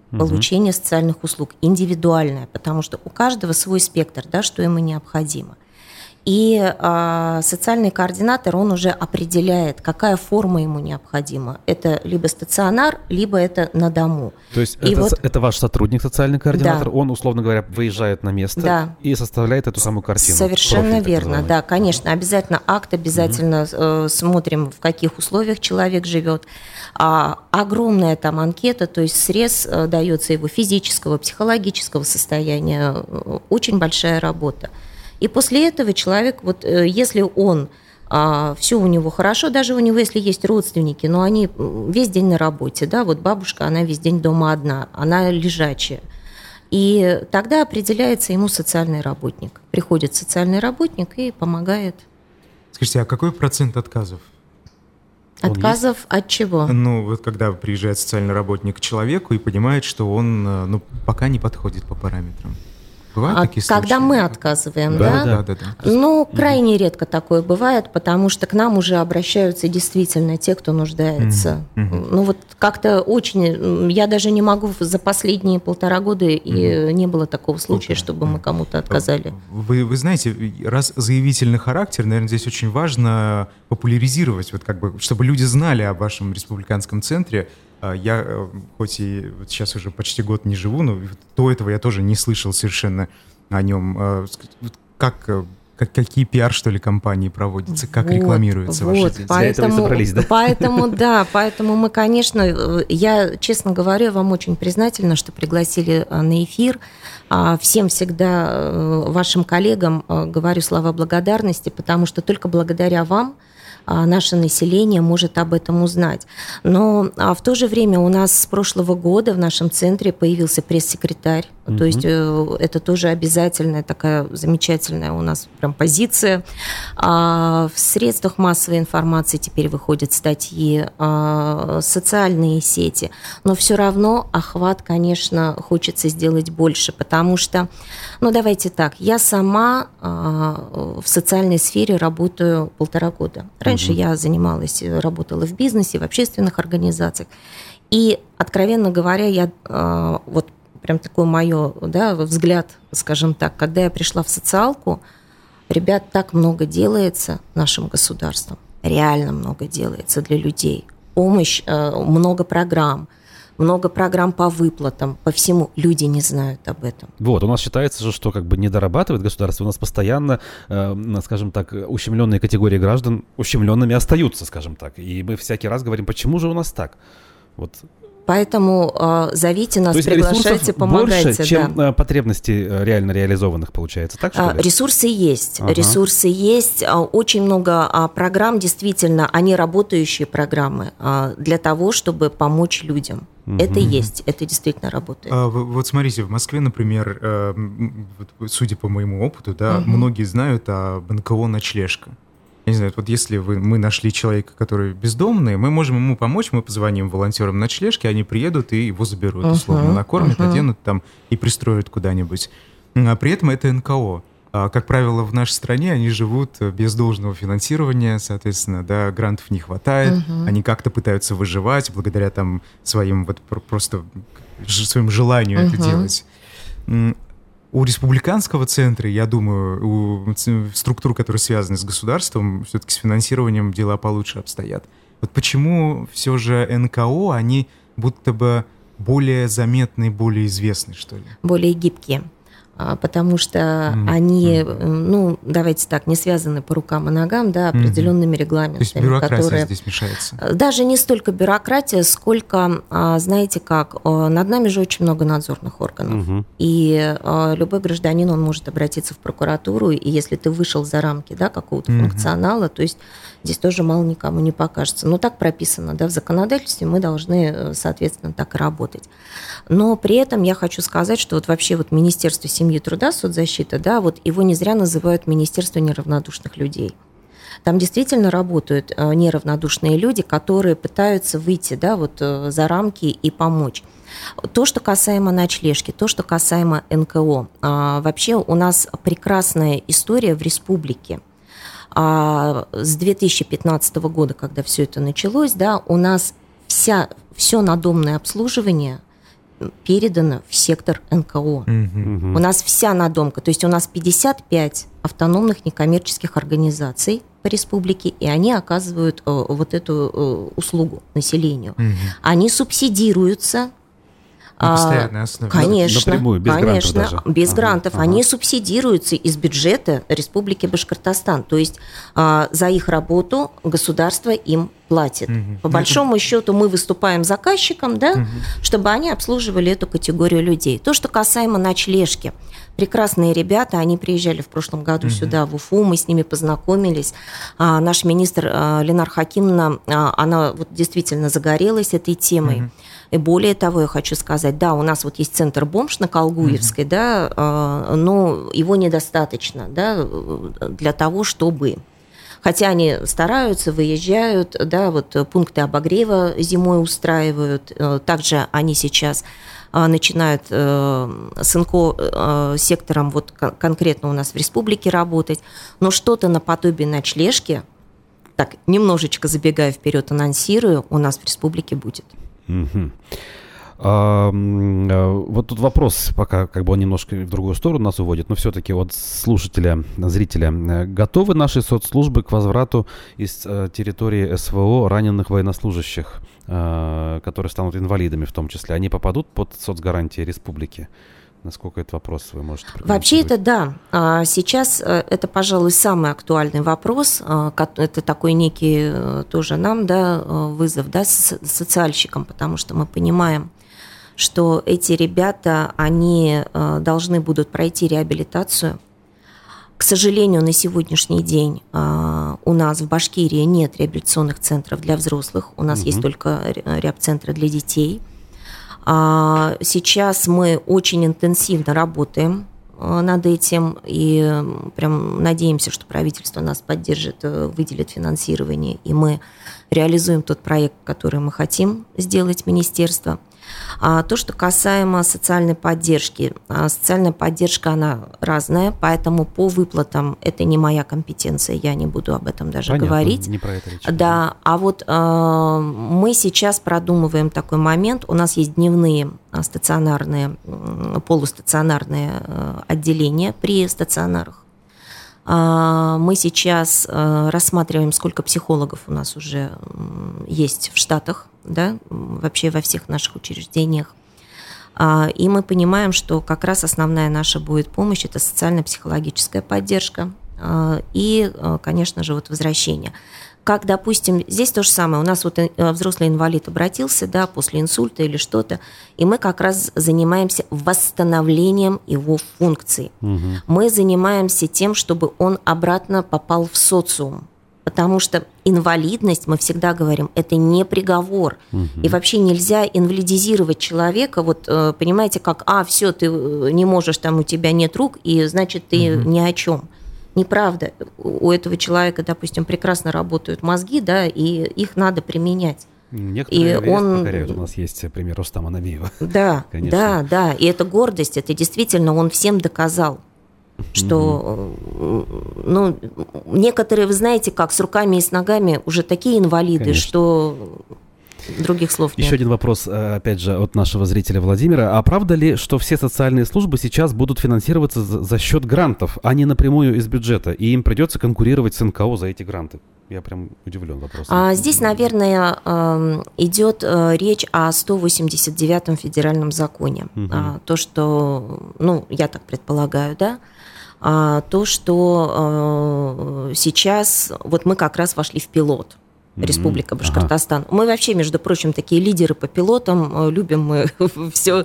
Speaker 4: получения социальных услуг, индивидуальное, потому что у каждого свой спектр, да, что ему необходимо. И социальный координатор, он уже определяет, какая форма ему необходима. Это либо стационар, либо это на дому.
Speaker 1: То есть это ваш сотрудник, социальный координатор, да. Он, условно говоря, выезжает на место и составляет эту самую картину.
Speaker 4: Совершенно верно, да, конечно. Обязательно акт, обязательно смотрим, в каких условиях человек живет. Огромная там анкета, то есть срез дается его физического, психологического состояния. Очень большая работа. И после этого человек, вот если он, все у него хорошо, даже у него, если есть родственники, но они весь день на работе, да, вот бабушка, она весь день дома одна, она лежачая. И тогда определяется ему социальный работник. Приходит социальный работник и помогает.
Speaker 2: Скажите, а какой процент отказов?
Speaker 4: Отказов от чего?
Speaker 2: Ну, вот когда приезжает социальный работник к человеку и понимает, что он пока не подходит по параметрам. Бывают такие случаи?
Speaker 4: Когда мы отказываем, да?
Speaker 2: Да.
Speaker 4: Ну, крайне редко такое бывает, потому что к нам уже обращаются действительно те, кто нуждается. Ну, вот как-то очень... Я даже не могу за последние 1,5 года, и не было такого случая, чтобы мы кому-то отказали.
Speaker 2: Вы знаете, раз заявительный характер, наверное, здесь очень важно популяризировать, вот как бы, чтобы люди знали о вашем республиканском центре. Я, хоть и сейчас уже почти год не живу, но до этого я тоже не слышал совершенно о нем. Какие пиар, что ли, компании проводятся, как рекламируется ваша деятельность?
Speaker 4: Поэтому мы, конечно, я, честно говоря, вам очень признательна, что пригласили на эфир. Всем всегда, вашим коллегам, говорю слова благодарности, потому что только благодаря вам наше население может об этом узнать. Но в то же время у нас с прошлого года в нашем центре появился пресс-секретарь. То есть это тоже обязательная такая замечательная у нас прям позиция. В средствах массовой информации теперь выходят статьи, социальные сети. Но все равно охват, конечно, хочется сделать больше, потому что, ну давайте так, я сама в социальной сфере работаю 1,5 года. Раньше я работала в бизнесе, в общественных организациях. И, откровенно говоря, я вот прям такой мой взгляд, скажем так, когда я пришла в социалку, ребят, так много делается нашим государством, реально много делается для людей. Помощь, много программ по выплатам, по всему. Люди не знают об этом.
Speaker 1: Вот, у нас считается же, что как бы не дорабатывает государство. У нас постоянно, скажем так, ущемленные категории граждан ущемленными остаются, скажем так. И мы всякий раз говорим, почему же у нас так? Вот.
Speaker 4: Поэтому зовите нас, приглашайте, помогайте.
Speaker 1: Больше, чем потребностей реально реализованных, получается, так что ли?
Speaker 4: Ресурсы есть. Ресурсы есть. Очень много программ, действительно, они работающие программы для того, чтобы помочь людям. Это есть, это действительно работает.
Speaker 2: Вот смотрите, в Москве, например, судя по моему опыту, многие знают об НКО «Ночлежка». Я не знаю, вот если мы нашли человека, который бездомный, мы можем ему помочь, мы позвоним волонтерам ночлежки, они приедут и его заберут, условно, накормят, оденут там и пристроят куда-нибудь. А при этом это НКО. Как правило, в нашей стране они живут без должного финансирования, соответственно, грантов не хватает, они как-то пытаются выживать благодаря там своим своему желанию это делать. У республиканского центра, я думаю, у структур, которые связаны с государством, все-таки с финансированием дела получше обстоят. Вот почему все же НКО, они будто бы более заметны, более известны, что ли?
Speaker 4: Более гибкие. Потому что они, давайте так, не связаны по рукам и ногам, определенными регламентами.
Speaker 2: То есть бюрократия здесь мешается?
Speaker 4: Даже не столько бюрократия, сколько, знаете как, над нами же очень много надзорных органов. И любой гражданин, он может обратиться в прокуратуру, и если ты вышел за рамки какого-то функционала, то есть здесь тоже мало никому не покажется. Но так прописано в законодательстве, мы должны, соответственно, так и работать. Но при этом я хочу сказать, что вообще Министерство семьи и труда, соцзащита, его не зря называют Министерство неравнодушных людей. Там действительно работают неравнодушные люди, которые пытаются выйти за рамки и помочь. То, что касаемо ночлежки, то, что касаемо НКО. Вообще у нас прекрасная история в республике. С 2015 года, когда все это началось, у нас все надомное обслуживание передано в сектор НКО. У нас вся надомка, то есть у нас 55 автономных некоммерческих организаций по республике, и они оказывают вот эту услугу населению. Они субсидируются.
Speaker 2: На постоянной основе.
Speaker 4: Конечно,
Speaker 1: напрямую, без грантов даже.
Speaker 4: Без грантов. Они субсидируются из бюджета Республики Башкортостан. То есть за их работу государство им платит. По большому счету мы выступаем заказчиком, да, чтобы они обслуживали эту категорию людей. То, что касаемо ночлежки. Прекрасные ребята, они приезжали в прошлом году сюда, в Уфу, мы с ними познакомились. Наш министр Ленар Хакимовна, она вот действительно загорелась этой темой. И более того, я хочу сказать, да, у нас вот есть центр «Бомж» на Колгуевской, да, но его недостаточно, да, для того, чтобы... Хотя они стараются, выезжают, да, вот пункты обогрева зимой устраивают. Также они сейчас начинают с НКО-сектором вот конкретно у нас в республике работать. Но что-то наподобие ночлежки, так, немножечко забегая вперед, анонсирую, у нас в республике будет.
Speaker 1: Вот тут вопрос, пока как бы он немножко в другую сторону нас уводит, но все-таки от слушателя, зрителя. Готовы наши соцслужбы к возврату из территории СВО раненых военнослужащих, которые станут инвалидами в том числе? Они попадут под соцгарантии республики? Насколько этот вопрос вы можете прокомментировать?
Speaker 4: Вообще это да. Сейчас это, пожалуй, самый актуальный вопрос. Это такой некий тоже нам, да, вызов, да, социальщикам, потому что мы понимаем, что эти ребята, они должны будут пройти реабилитацию. К сожалению, на сегодняшний день у нас в Башкирии нет реабилитационных центров для взрослых, у нас есть только реаб-центры для детей. Сейчас мы очень интенсивно работаем над этим и прям надеемся, что правительство нас поддержит, выделит финансирование, и мы реализуем тот проект, который мы хотим сделать, министерство. То, что касаемо социальной поддержки. Социальная поддержка, она разная, поэтому по выплатам это не моя компетенция, я не буду об этом даже говорить.
Speaker 1: Не про это речь.
Speaker 4: Да, а вот мы сейчас продумываем такой момент. У нас есть дневные стационарные, полустационарные отделения при стационарах. Мы сейчас рассматриваем, сколько психологов у нас уже есть в Штатах, да, вообще во всех наших учреждениях. И мы понимаем, что как раз основная наша будет помощь – это социально-психологическая поддержка и, конечно же, вот возвращение. Как, допустим, здесь то же самое. У нас вот взрослый инвалид обратился, да, после инсульта или что-то, и мы как раз занимаемся восстановлением его функций. Мы занимаемся тем, чтобы он обратно попал в социум. Потому что инвалидность, мы всегда говорим, это не приговор. И вообще нельзя инвалидизировать человека. Вот понимаете, как, все, ты не можешь, там у тебя нет рук, и значит, ты ни о чем. Неправда. У этого человека, допустим, прекрасно работают мозги, да, и их надо применять.
Speaker 1: Некоторые покоряют. У нас есть пример Рустама Намиева.
Speaker 4: Да, да. И это гордость, это действительно он всем доказал. Что, ну, некоторые, вы знаете, как с руками и с ногами уже такие инвалиды, конечно, что других слов нет.
Speaker 1: Еще один вопрос, опять же, от нашего зрителя Владимира. А правда ли, что все социальные службы сейчас будут финансироваться за счет грантов, а не напрямую из бюджета, и им придется конкурировать с НКО за эти гранты? Я прям удивлен вопросом.
Speaker 4: Здесь, наверное, идет речь о 189-м федеральном законе. То, что, ну, я так предполагаю, да, то, что сейчас, вот мы как раз вошли в пилот. Республика Башкортостан. Мы вообще, между прочим, такие лидеры по пилотам, любим мы все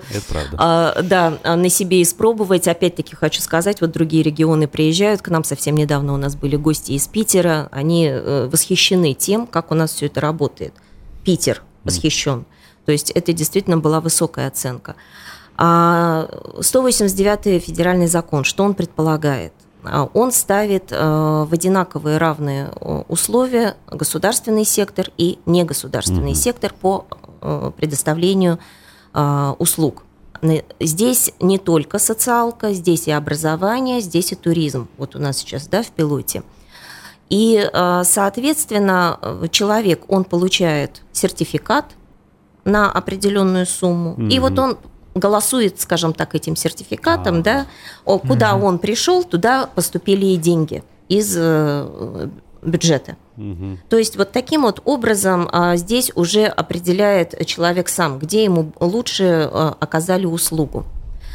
Speaker 4: на себе испробовать. Опять-таки хочу сказать, вот другие регионы приезжают к нам, совсем недавно у нас были гости из Питера, они восхищены тем, как у нас все это работает. Питер восхищен. То есть это действительно была высокая оценка. 189-й федеральный закон, что он предполагает? Он ставит в одинаковые равные условия государственный сектор и негосударственный сектор по предоставлению услуг. Здесь не только социалка, здесь и образование, здесь и туризм. Вот у нас сейчас, да, в пилоте. И, соответственно, человек, он получает сертификат на определенную сумму, и вот он голосует, скажем так, этим сертификатом, да, куда он пришел, туда поступили и деньги из бюджета. То есть вот таким вот образом здесь уже определяет человек сам, где ему лучше оказали услугу.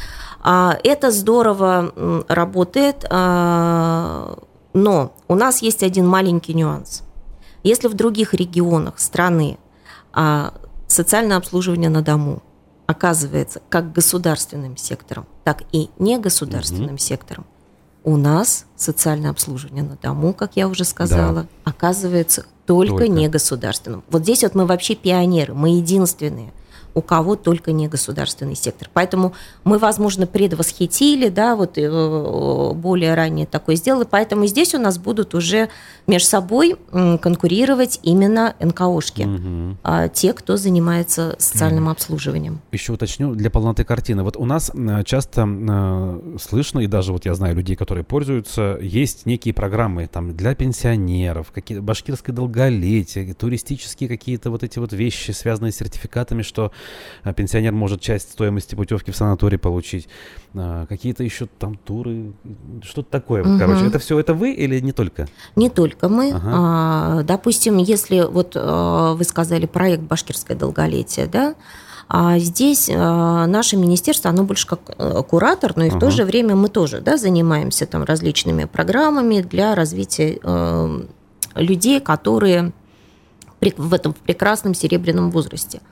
Speaker 4: Это здорово работает, но у нас есть один маленький нюанс. Если в других регионах страны социальное обслуживание на дому оказывается как государственным сектором, так и негосударственным сектором, у нас социальное обслуживание на дому, как я уже сказала, оказывается только негосударственным. Вот здесь вот мы вообще пионеры, мы единственные, у кого только негосударственный сектор. Поэтому мы, возможно, предвосхитили, да, вот более ранее такое сделали, поэтому здесь у нас будут уже между собой конкурировать именно НКОшки, те, кто занимается социальным обслуживанием.
Speaker 1: Еще уточню для полноты картины. Вот у нас часто слышно, и даже вот я знаю людей, которые пользуются, есть некие программы там для пенсионеров, какие-то башкирское долголетие, туристические какие-то вот эти вот вещи, связанные с сертификатами, что пенсионер может часть стоимости путевки в санаторий получить, какие-то еще там туры, что-то такое. Вот, короче, это все это вы или не только?
Speaker 4: Не только мы. Допустим, если вот вы сказали проект «Башкирское долголетие», да, здесь наше министерство, оно больше как куратор, но и в то же время мы тоже, да, занимаемся там различными программами для развития людей, которые в этом прекрасном серебряном возрасте.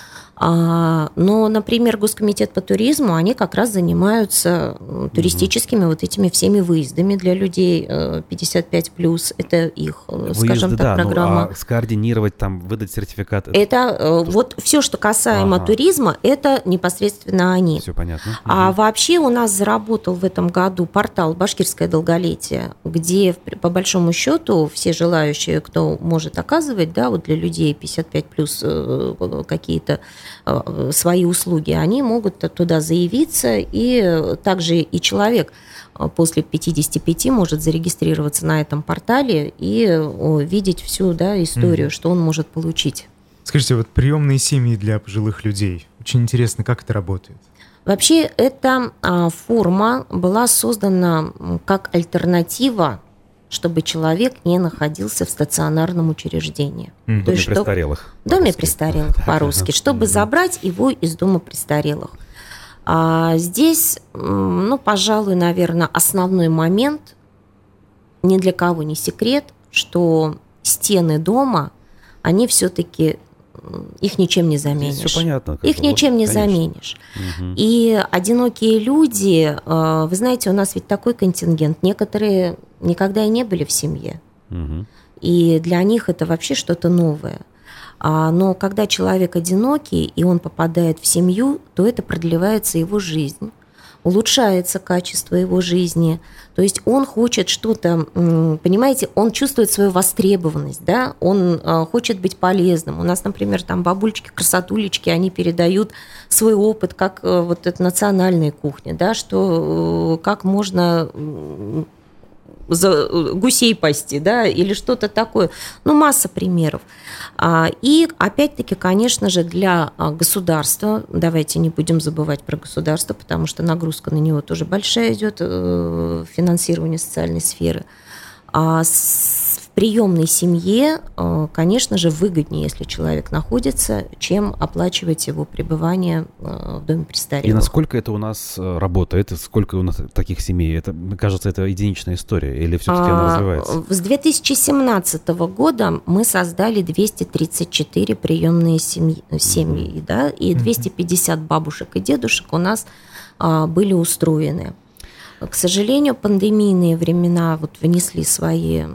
Speaker 4: Но, например, Госкомитет по туризму, они как раз занимаются туристическими вот этими всеми выездами для людей 55+. Это их, выезды, скажем так, программа.
Speaker 1: А скоординировать, там, выдать сертификат?
Speaker 4: Это вот все, что касаемо туризма, это непосредственно они.
Speaker 1: Все понятно.
Speaker 4: А вообще у нас заработал в этом году портал «Башкирское долголетие», где, по большому счету, все желающие, кто может оказывать, да, вот для людей 55+, какие-то свои услуги, они могут туда заявиться, и также и человек после 55 может зарегистрироваться на этом портале и видеть всю, да, историю, что он может получить.
Speaker 2: Скажите, вот приемные семьи для пожилых людей, очень интересно, как это работает?
Speaker 4: Вообще, эта форма была создана как альтернатива, чтобы человек не находился в стационарном учреждении.
Speaker 1: В доме престарелых.
Speaker 4: В доме престарелых, по-русски, чтобы забрать его из дома престарелых. Здесь, ну, пожалуй, наверное, основной момент, ни для кого не секрет, что стены дома, они все-таки, их ничем не заменишь.
Speaker 1: Здесь все понятно.
Speaker 4: Их ничем не заменишь. И одинокие люди, вы знаете, у нас ведь такой контингент, некоторые никогда и не были в семье. И для них это вообще что-то новое. Но когда человек одинокий, и он попадает в семью, то это продлевается его жизнь, улучшается качество его жизни. То есть он хочет что-то, понимаете, он чувствует свою востребованность, да? Он хочет быть полезным. У нас, например, там бабулечки, красотулечки, они передают свой опыт, как вот эта национальная кухня, да? Что как можно гусей пасти, да, или что-то такое. Ну, масса примеров. И, опять-таки, конечно же, для государства, давайте не будем забывать про государство, потому что нагрузка на него тоже большая идет, финансирование социальной сферы. В приемной семье, конечно же, выгоднее, если человек находится, чем оплачивать его пребывание в доме престарелых.
Speaker 1: И насколько это у нас работает? Сколько у нас таких семей? Это, мне кажется, это единичная история, или все-таки она развивается?
Speaker 4: С 2017 года мы создали 234 приемные семьи, да, и 250 бабушек и дедушек у нас были устроены. К сожалению, пандемийные времена вот внесли свои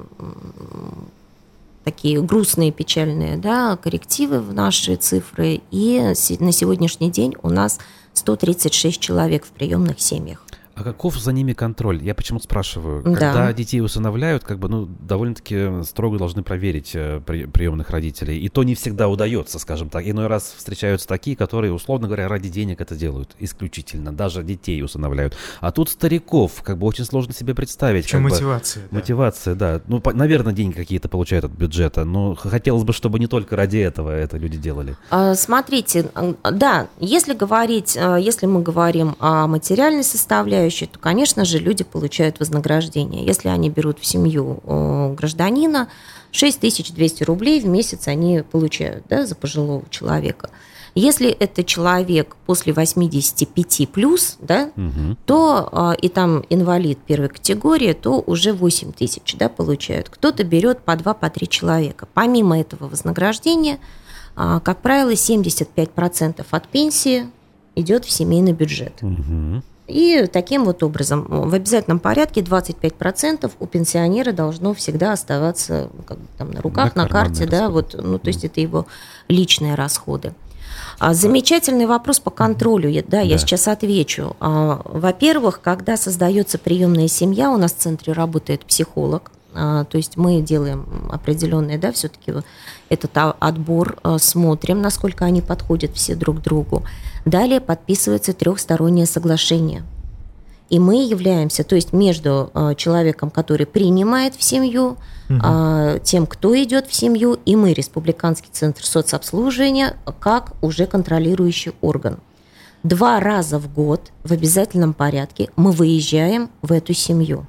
Speaker 4: такие грустные, печальные, да, коррективы в наши цифры, и на сегодняшний день у нас 136 человек в приемных семьях.
Speaker 1: А каков за ними контроль? Я почему спрашиваю? Когда детей усыновляют, довольно-таки строго должны проверить приемных родителей. И то не всегда удается, скажем так. Иной раз встречаются такие, которые, условно говоря, ради денег это делают исключительно. Даже детей усыновляют. А тут стариков, очень сложно себе представить.
Speaker 2: Чем мотивация?
Speaker 1: Мотивация, да. Наверное, деньги какие-то получают от бюджета. Но хотелось бы, чтобы не только ради этого это люди делали.
Speaker 4: Смотрите, да, если мы говорим о материальной составляющей, то, конечно же, люди получают вознаграждение. Если они берут в семью гражданина, 6200 рублей в месяц они получают, да, за пожилого человека. Если это человек после 85 плюс, да, то и там инвалид первой категории, то уже 8 тысяч, да, получают. Кто-то берет по 2, по 3 человека. Помимо этого вознаграждения, как правило, 75% от пенсии идет в семейный бюджет. И таким вот образом в обязательном порядке 25% у пенсионера должно всегда оставаться на руках, на карте, да, то есть это его личные расходы. Замечательный вопрос по контролю. Я сейчас отвечу. Во-первых, когда создается приемная семья, у нас в центре работает психолог. То есть мы делаем определенный, да, все-таки этот отбор, смотрим, насколько они подходят все друг к другу. Далее подписывается 3-стороннее соглашение. И мы являемся, то есть между человеком, который принимает в семью, тем, кто идет в семью, и мы, Республиканский центр соцобслуживания, как уже контролирующий орган. 2 раза в год в обязательном порядке мы выезжаем в эту семью.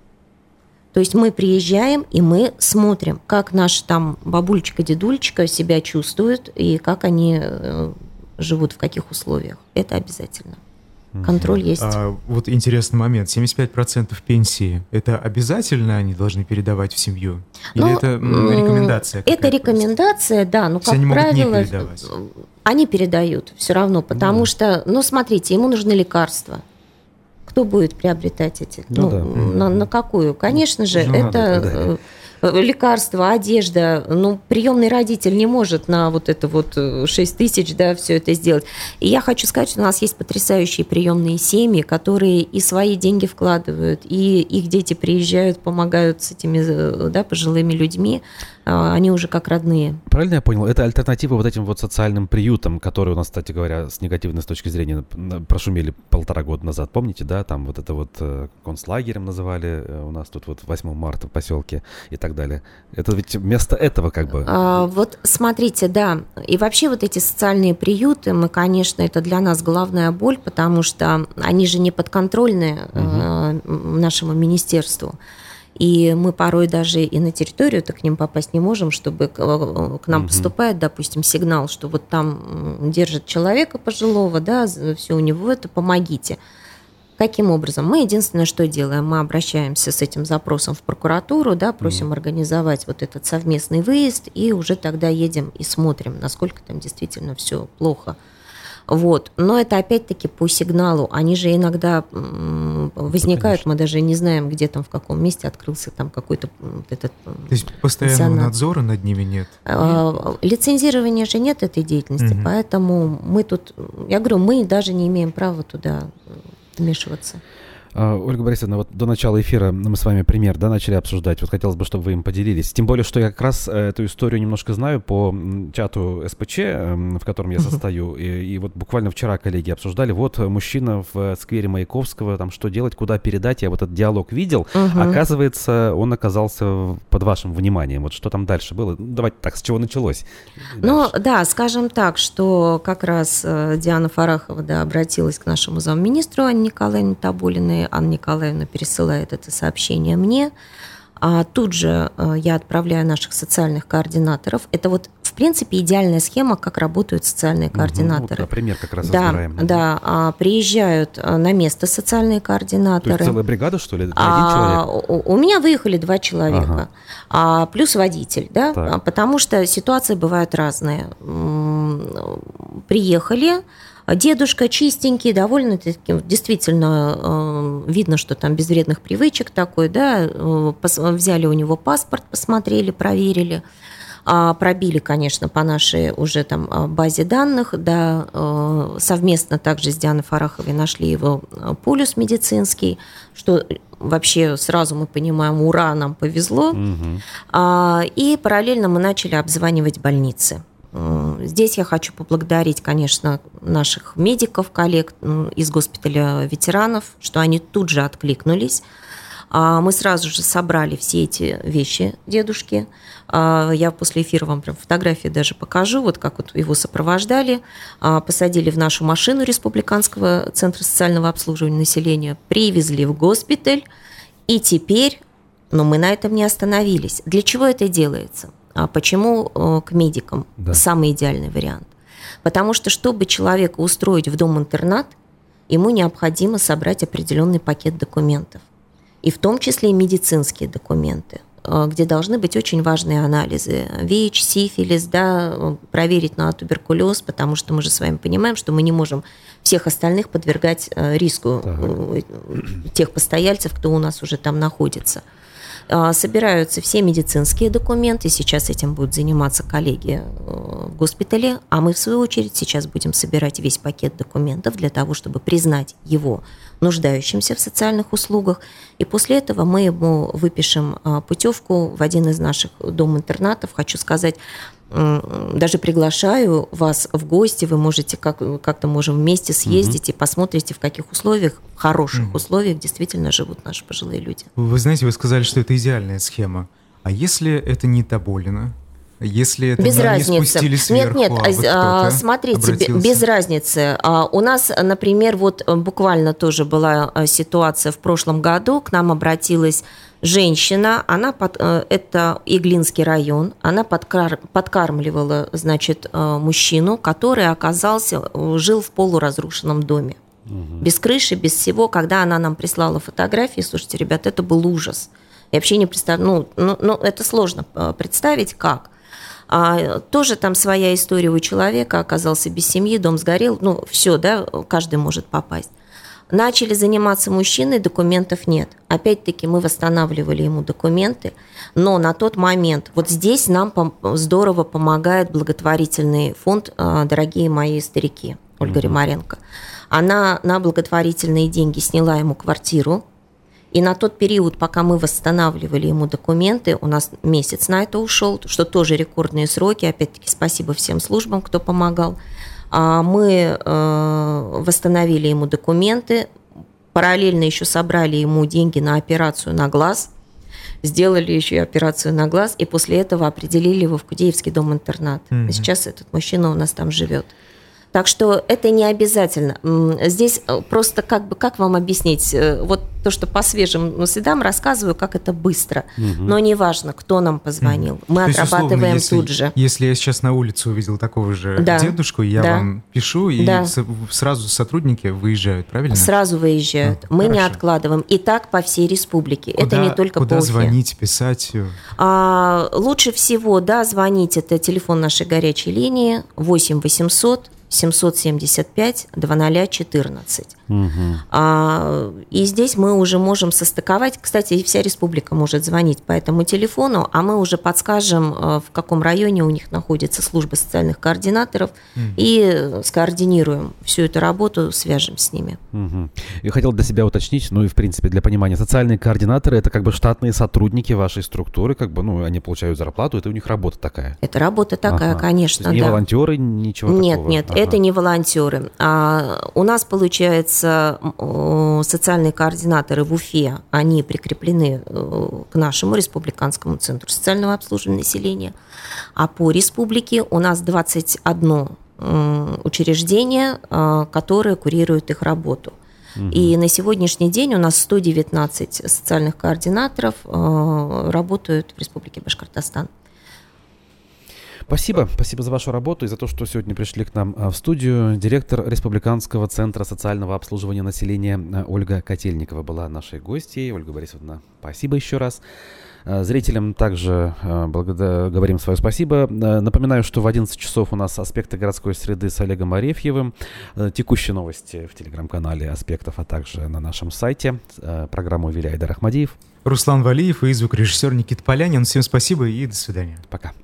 Speaker 4: То есть мы приезжаем, и мы смотрим, как наш там бабулечка, дедулечка себя чувствуют, и как они живут, в каких условиях. Это обязательно. Контроль есть.
Speaker 2: Вот интересный момент. 75% пенсии – это обязательно они должны передавать в семью? Или это рекомендация?
Speaker 4: Это рекомендация, да. Но, как правило, они передают все равно, потому что, смотрите, ему нужны лекарства. Кто будет приобретать эти? На какую? Конечно же, это лекарства, одежда. Приемный родитель не может на 6 тысяч, да, все это сделать. И я хочу сказать, что у нас есть потрясающие приемные семьи, которые и свои деньги вкладывают, и их дети приезжают, помогают с этими, да, пожилыми людьми. Они уже как родные.
Speaker 1: Правильно я понял? Это альтернатива этим социальным приютам, которые у нас, кстати говоря, с негативной точки зрения прошумели 1,5 года назад. Помните, да? Там концлагерем называли у нас тут 8 марта в поселке и так далее. Это ведь вместо этого
Speaker 4: смотрите, да. И вообще эти социальные приюты, конечно, это для нас головная боль, потому что они же не подконтрольны нашему министерству. И мы порой даже и на территорию-то к ним попасть не можем, чтобы к нам поступает, допустим, сигнал, что там держат человека пожилого, да, все у него это, помогите. Каким образом? Мы единственное, что делаем, мы обращаемся с этим запросом в прокуратуру, да, просим организовать этот совместный выезд, и уже тогда едем и смотрим, насколько там действительно все плохо. Но это опять-таки по сигналу. Они же иногда возникают, мы даже не знаем, где там, в каком месте открылся там какой-то этот. То
Speaker 2: есть постоянного надзора над ними нет?
Speaker 4: Лицензирования же нет этой деятельности, поэтому мы тут, я говорю, мы даже не имеем права туда вмешиваться.
Speaker 1: Ольга Борисовна, до начала эфира мы с вами пример, да, начали обсуждать. Хотелось бы, чтобы вы им поделились. Тем более, что я как раз эту историю немножко знаю по чату СПЧ, в котором я состою. И буквально вчера коллеги обсуждали. Мужчина в сквере Маяковского, там что делать, куда передать. Я этот диалог видел. Оказывается, он оказался под вашим вниманием. Что там дальше было? Давайте так, с чего началось?
Speaker 4: Да, скажем так, что как раз Диана Фарахова, да, обратилась к нашему замминистру Анне Николаевне Тоболиной. Анна Николаевна пересылает это сообщение мне. Тут же я отправляю наших социальных координаторов. Это в принципе, идеальная схема, как работают социальные координаторы.
Speaker 1: Например, как раз разбираем.
Speaker 4: Да, приезжают на место социальные координаторы.
Speaker 1: То есть целая бригада, что ли? Один человек?
Speaker 4: У меня выехали 2 человека, плюс водитель, да, потому что ситуации бывают разные. Приехали, дедушка чистенький, довольно-таки, действительно видно, что там без вредных привычек такой, да, взяли у него паспорт, посмотрели, проверили. Пробили, конечно, по нашей уже там базе данных, да, совместно также с Дианой Фараховой нашли его полюс медицинский, что вообще сразу мы понимаем, ура, нам повезло. И параллельно мы начали обзванивать больницы. Здесь я хочу поблагодарить, конечно, наших медиков, коллег из госпиталя ветеранов, что они тут же откликнулись. Мы сразу же собрали все эти вещи дедушки. Я после эфира вам прям фотографии даже покажу, вот как вот его сопровождали. Посадили в нашу машину Республиканского центра социального обслуживания населения, привезли в госпиталь. И теперь, но мы на этом не остановились. Для чего это делается? Почему к медикам самый идеальный вариант? Потому что, чтобы человека устроить в дом-интернат, ему необходимо собрать определенный пакет документов. И в том числе и медицинские документы, где должны быть очень важные анализы. ВИЧ, сифилис, да, проверить на туберкулез, потому что мы же с вами понимаем, что мы не можем всех остальных подвергать риску тех постояльцев, кто у нас уже там находится. Собираются все медицинские документы, сейчас этим будут заниматься коллеги в госпитале, а мы, в свою очередь, сейчас будем собирать весь пакет документов для того, чтобы признать его нуждающимся в социальных услугах, и после этого мы ему выпишем путевку в один из наших дом-интернатов. Хочу сказать, даже приглашаю вас в гости, вы можете как-то можем вместе съездить и посмотрите, в каких условиях, в хороших условиях действительно живут наши пожилые люди.
Speaker 2: Вы знаете, вы сказали, что это идеальная схема. А если это не Тоболино? Если это
Speaker 4: без разницы.
Speaker 2: Спустили сверху,
Speaker 4: нет, смотрите, обратился? Без разницы. У нас, например, вот буквально тоже была ситуация в прошлом году, к нам обратилась женщина, это Иглинский район, она подкармливала, значит, мужчину, который жил в полуразрушенном доме. Без крыши, без всего. Когда она нам прислала фотографии, слушайте, ребят, это был ужас. Я вообще не представляю, это сложно представить, как. Тоже там своя история у человека, оказался без семьи, дом сгорел, все, да, каждый может попасть. Начали заниматься мужчиной, документов нет. Опять-таки мы восстанавливали ему документы, но на тот момент, вот здесь нам здорово помогает благотворительный фонд «Дорогие мои старики», Ольга Римаренко. Она на благотворительные деньги сняла ему квартиру, и на тот период, пока мы восстанавливали ему документы, у нас месяц на это ушел, что тоже рекордные сроки, опять-таки спасибо всем службам, кто помогал. Мы восстановили ему документы, параллельно еще собрали ему деньги на операцию на глаз, сделали еще и операцию на глаз, и после этого определили его в Кудеевский дом-интернат. Сейчас этот мужчина у нас там живет. Так что это не обязательно. Здесь просто как вам объяснить? Вот то, что по свежим следам рассказываю, как это быстро. Но не важно, кто нам позвонил. Мы отрабатываем тут же.
Speaker 2: Если я сейчас на улице увидел такого же дедушку, я вам пишу, и сразу сотрудники выезжают, правильно?
Speaker 4: Сразу выезжают. Мы не откладываем. И так по всей республике. Это не только по Уфе.
Speaker 2: Куда звонить, писать?
Speaker 4: Лучше всего, звонить. Это телефон нашей горячей линии 8 800 775 2014. И здесь мы уже можем состыковать. Кстати, вся республика может звонить по этому телефону, а мы уже подскажем, в каком районе у них находится служба социальных координаторов, и скоординируем всю эту работу, свяжем с ними.
Speaker 1: Я хотел для себя уточнить, и в принципе для понимания, социальные координаторы — это как бы штатные сотрудники вашей структуры, они получают зарплату, это у них работа такая.
Speaker 4: Это работа такая, конечно.
Speaker 1: То есть не волонтеры, ничего такого?
Speaker 4: Нет, это не волонтеры. У нас, получается, социальные координаторы в Уфе, они прикреплены к нашему Республиканскому центру социального обслуживания населения, а по республике у нас 21 учреждение, которое курирует их работу. И на сегодняшний день у нас 119 социальных координаторов работают в Республике Башкортостан.
Speaker 1: Спасибо за вашу работу и за то, что сегодня пришли к нам в студию. Директор Республиканского центра социального обслуживания населения Ольга Котельникова была нашей гостьей. Ольга Борисовна, спасибо еще раз. Зрителям также говорим свое спасибо. Напоминаю, что в 11 часов у нас «Аспекты городской среды» с Олегом Арефьевым. Текущие новости в телеграм-канале «Аспектов», а также на нашем сайте. Программу вели Айдар Ахмадиев,
Speaker 2: Руслан Валиев и звукорежиссер Никита Полянин. Всем спасибо и до свидания.
Speaker 1: Пока.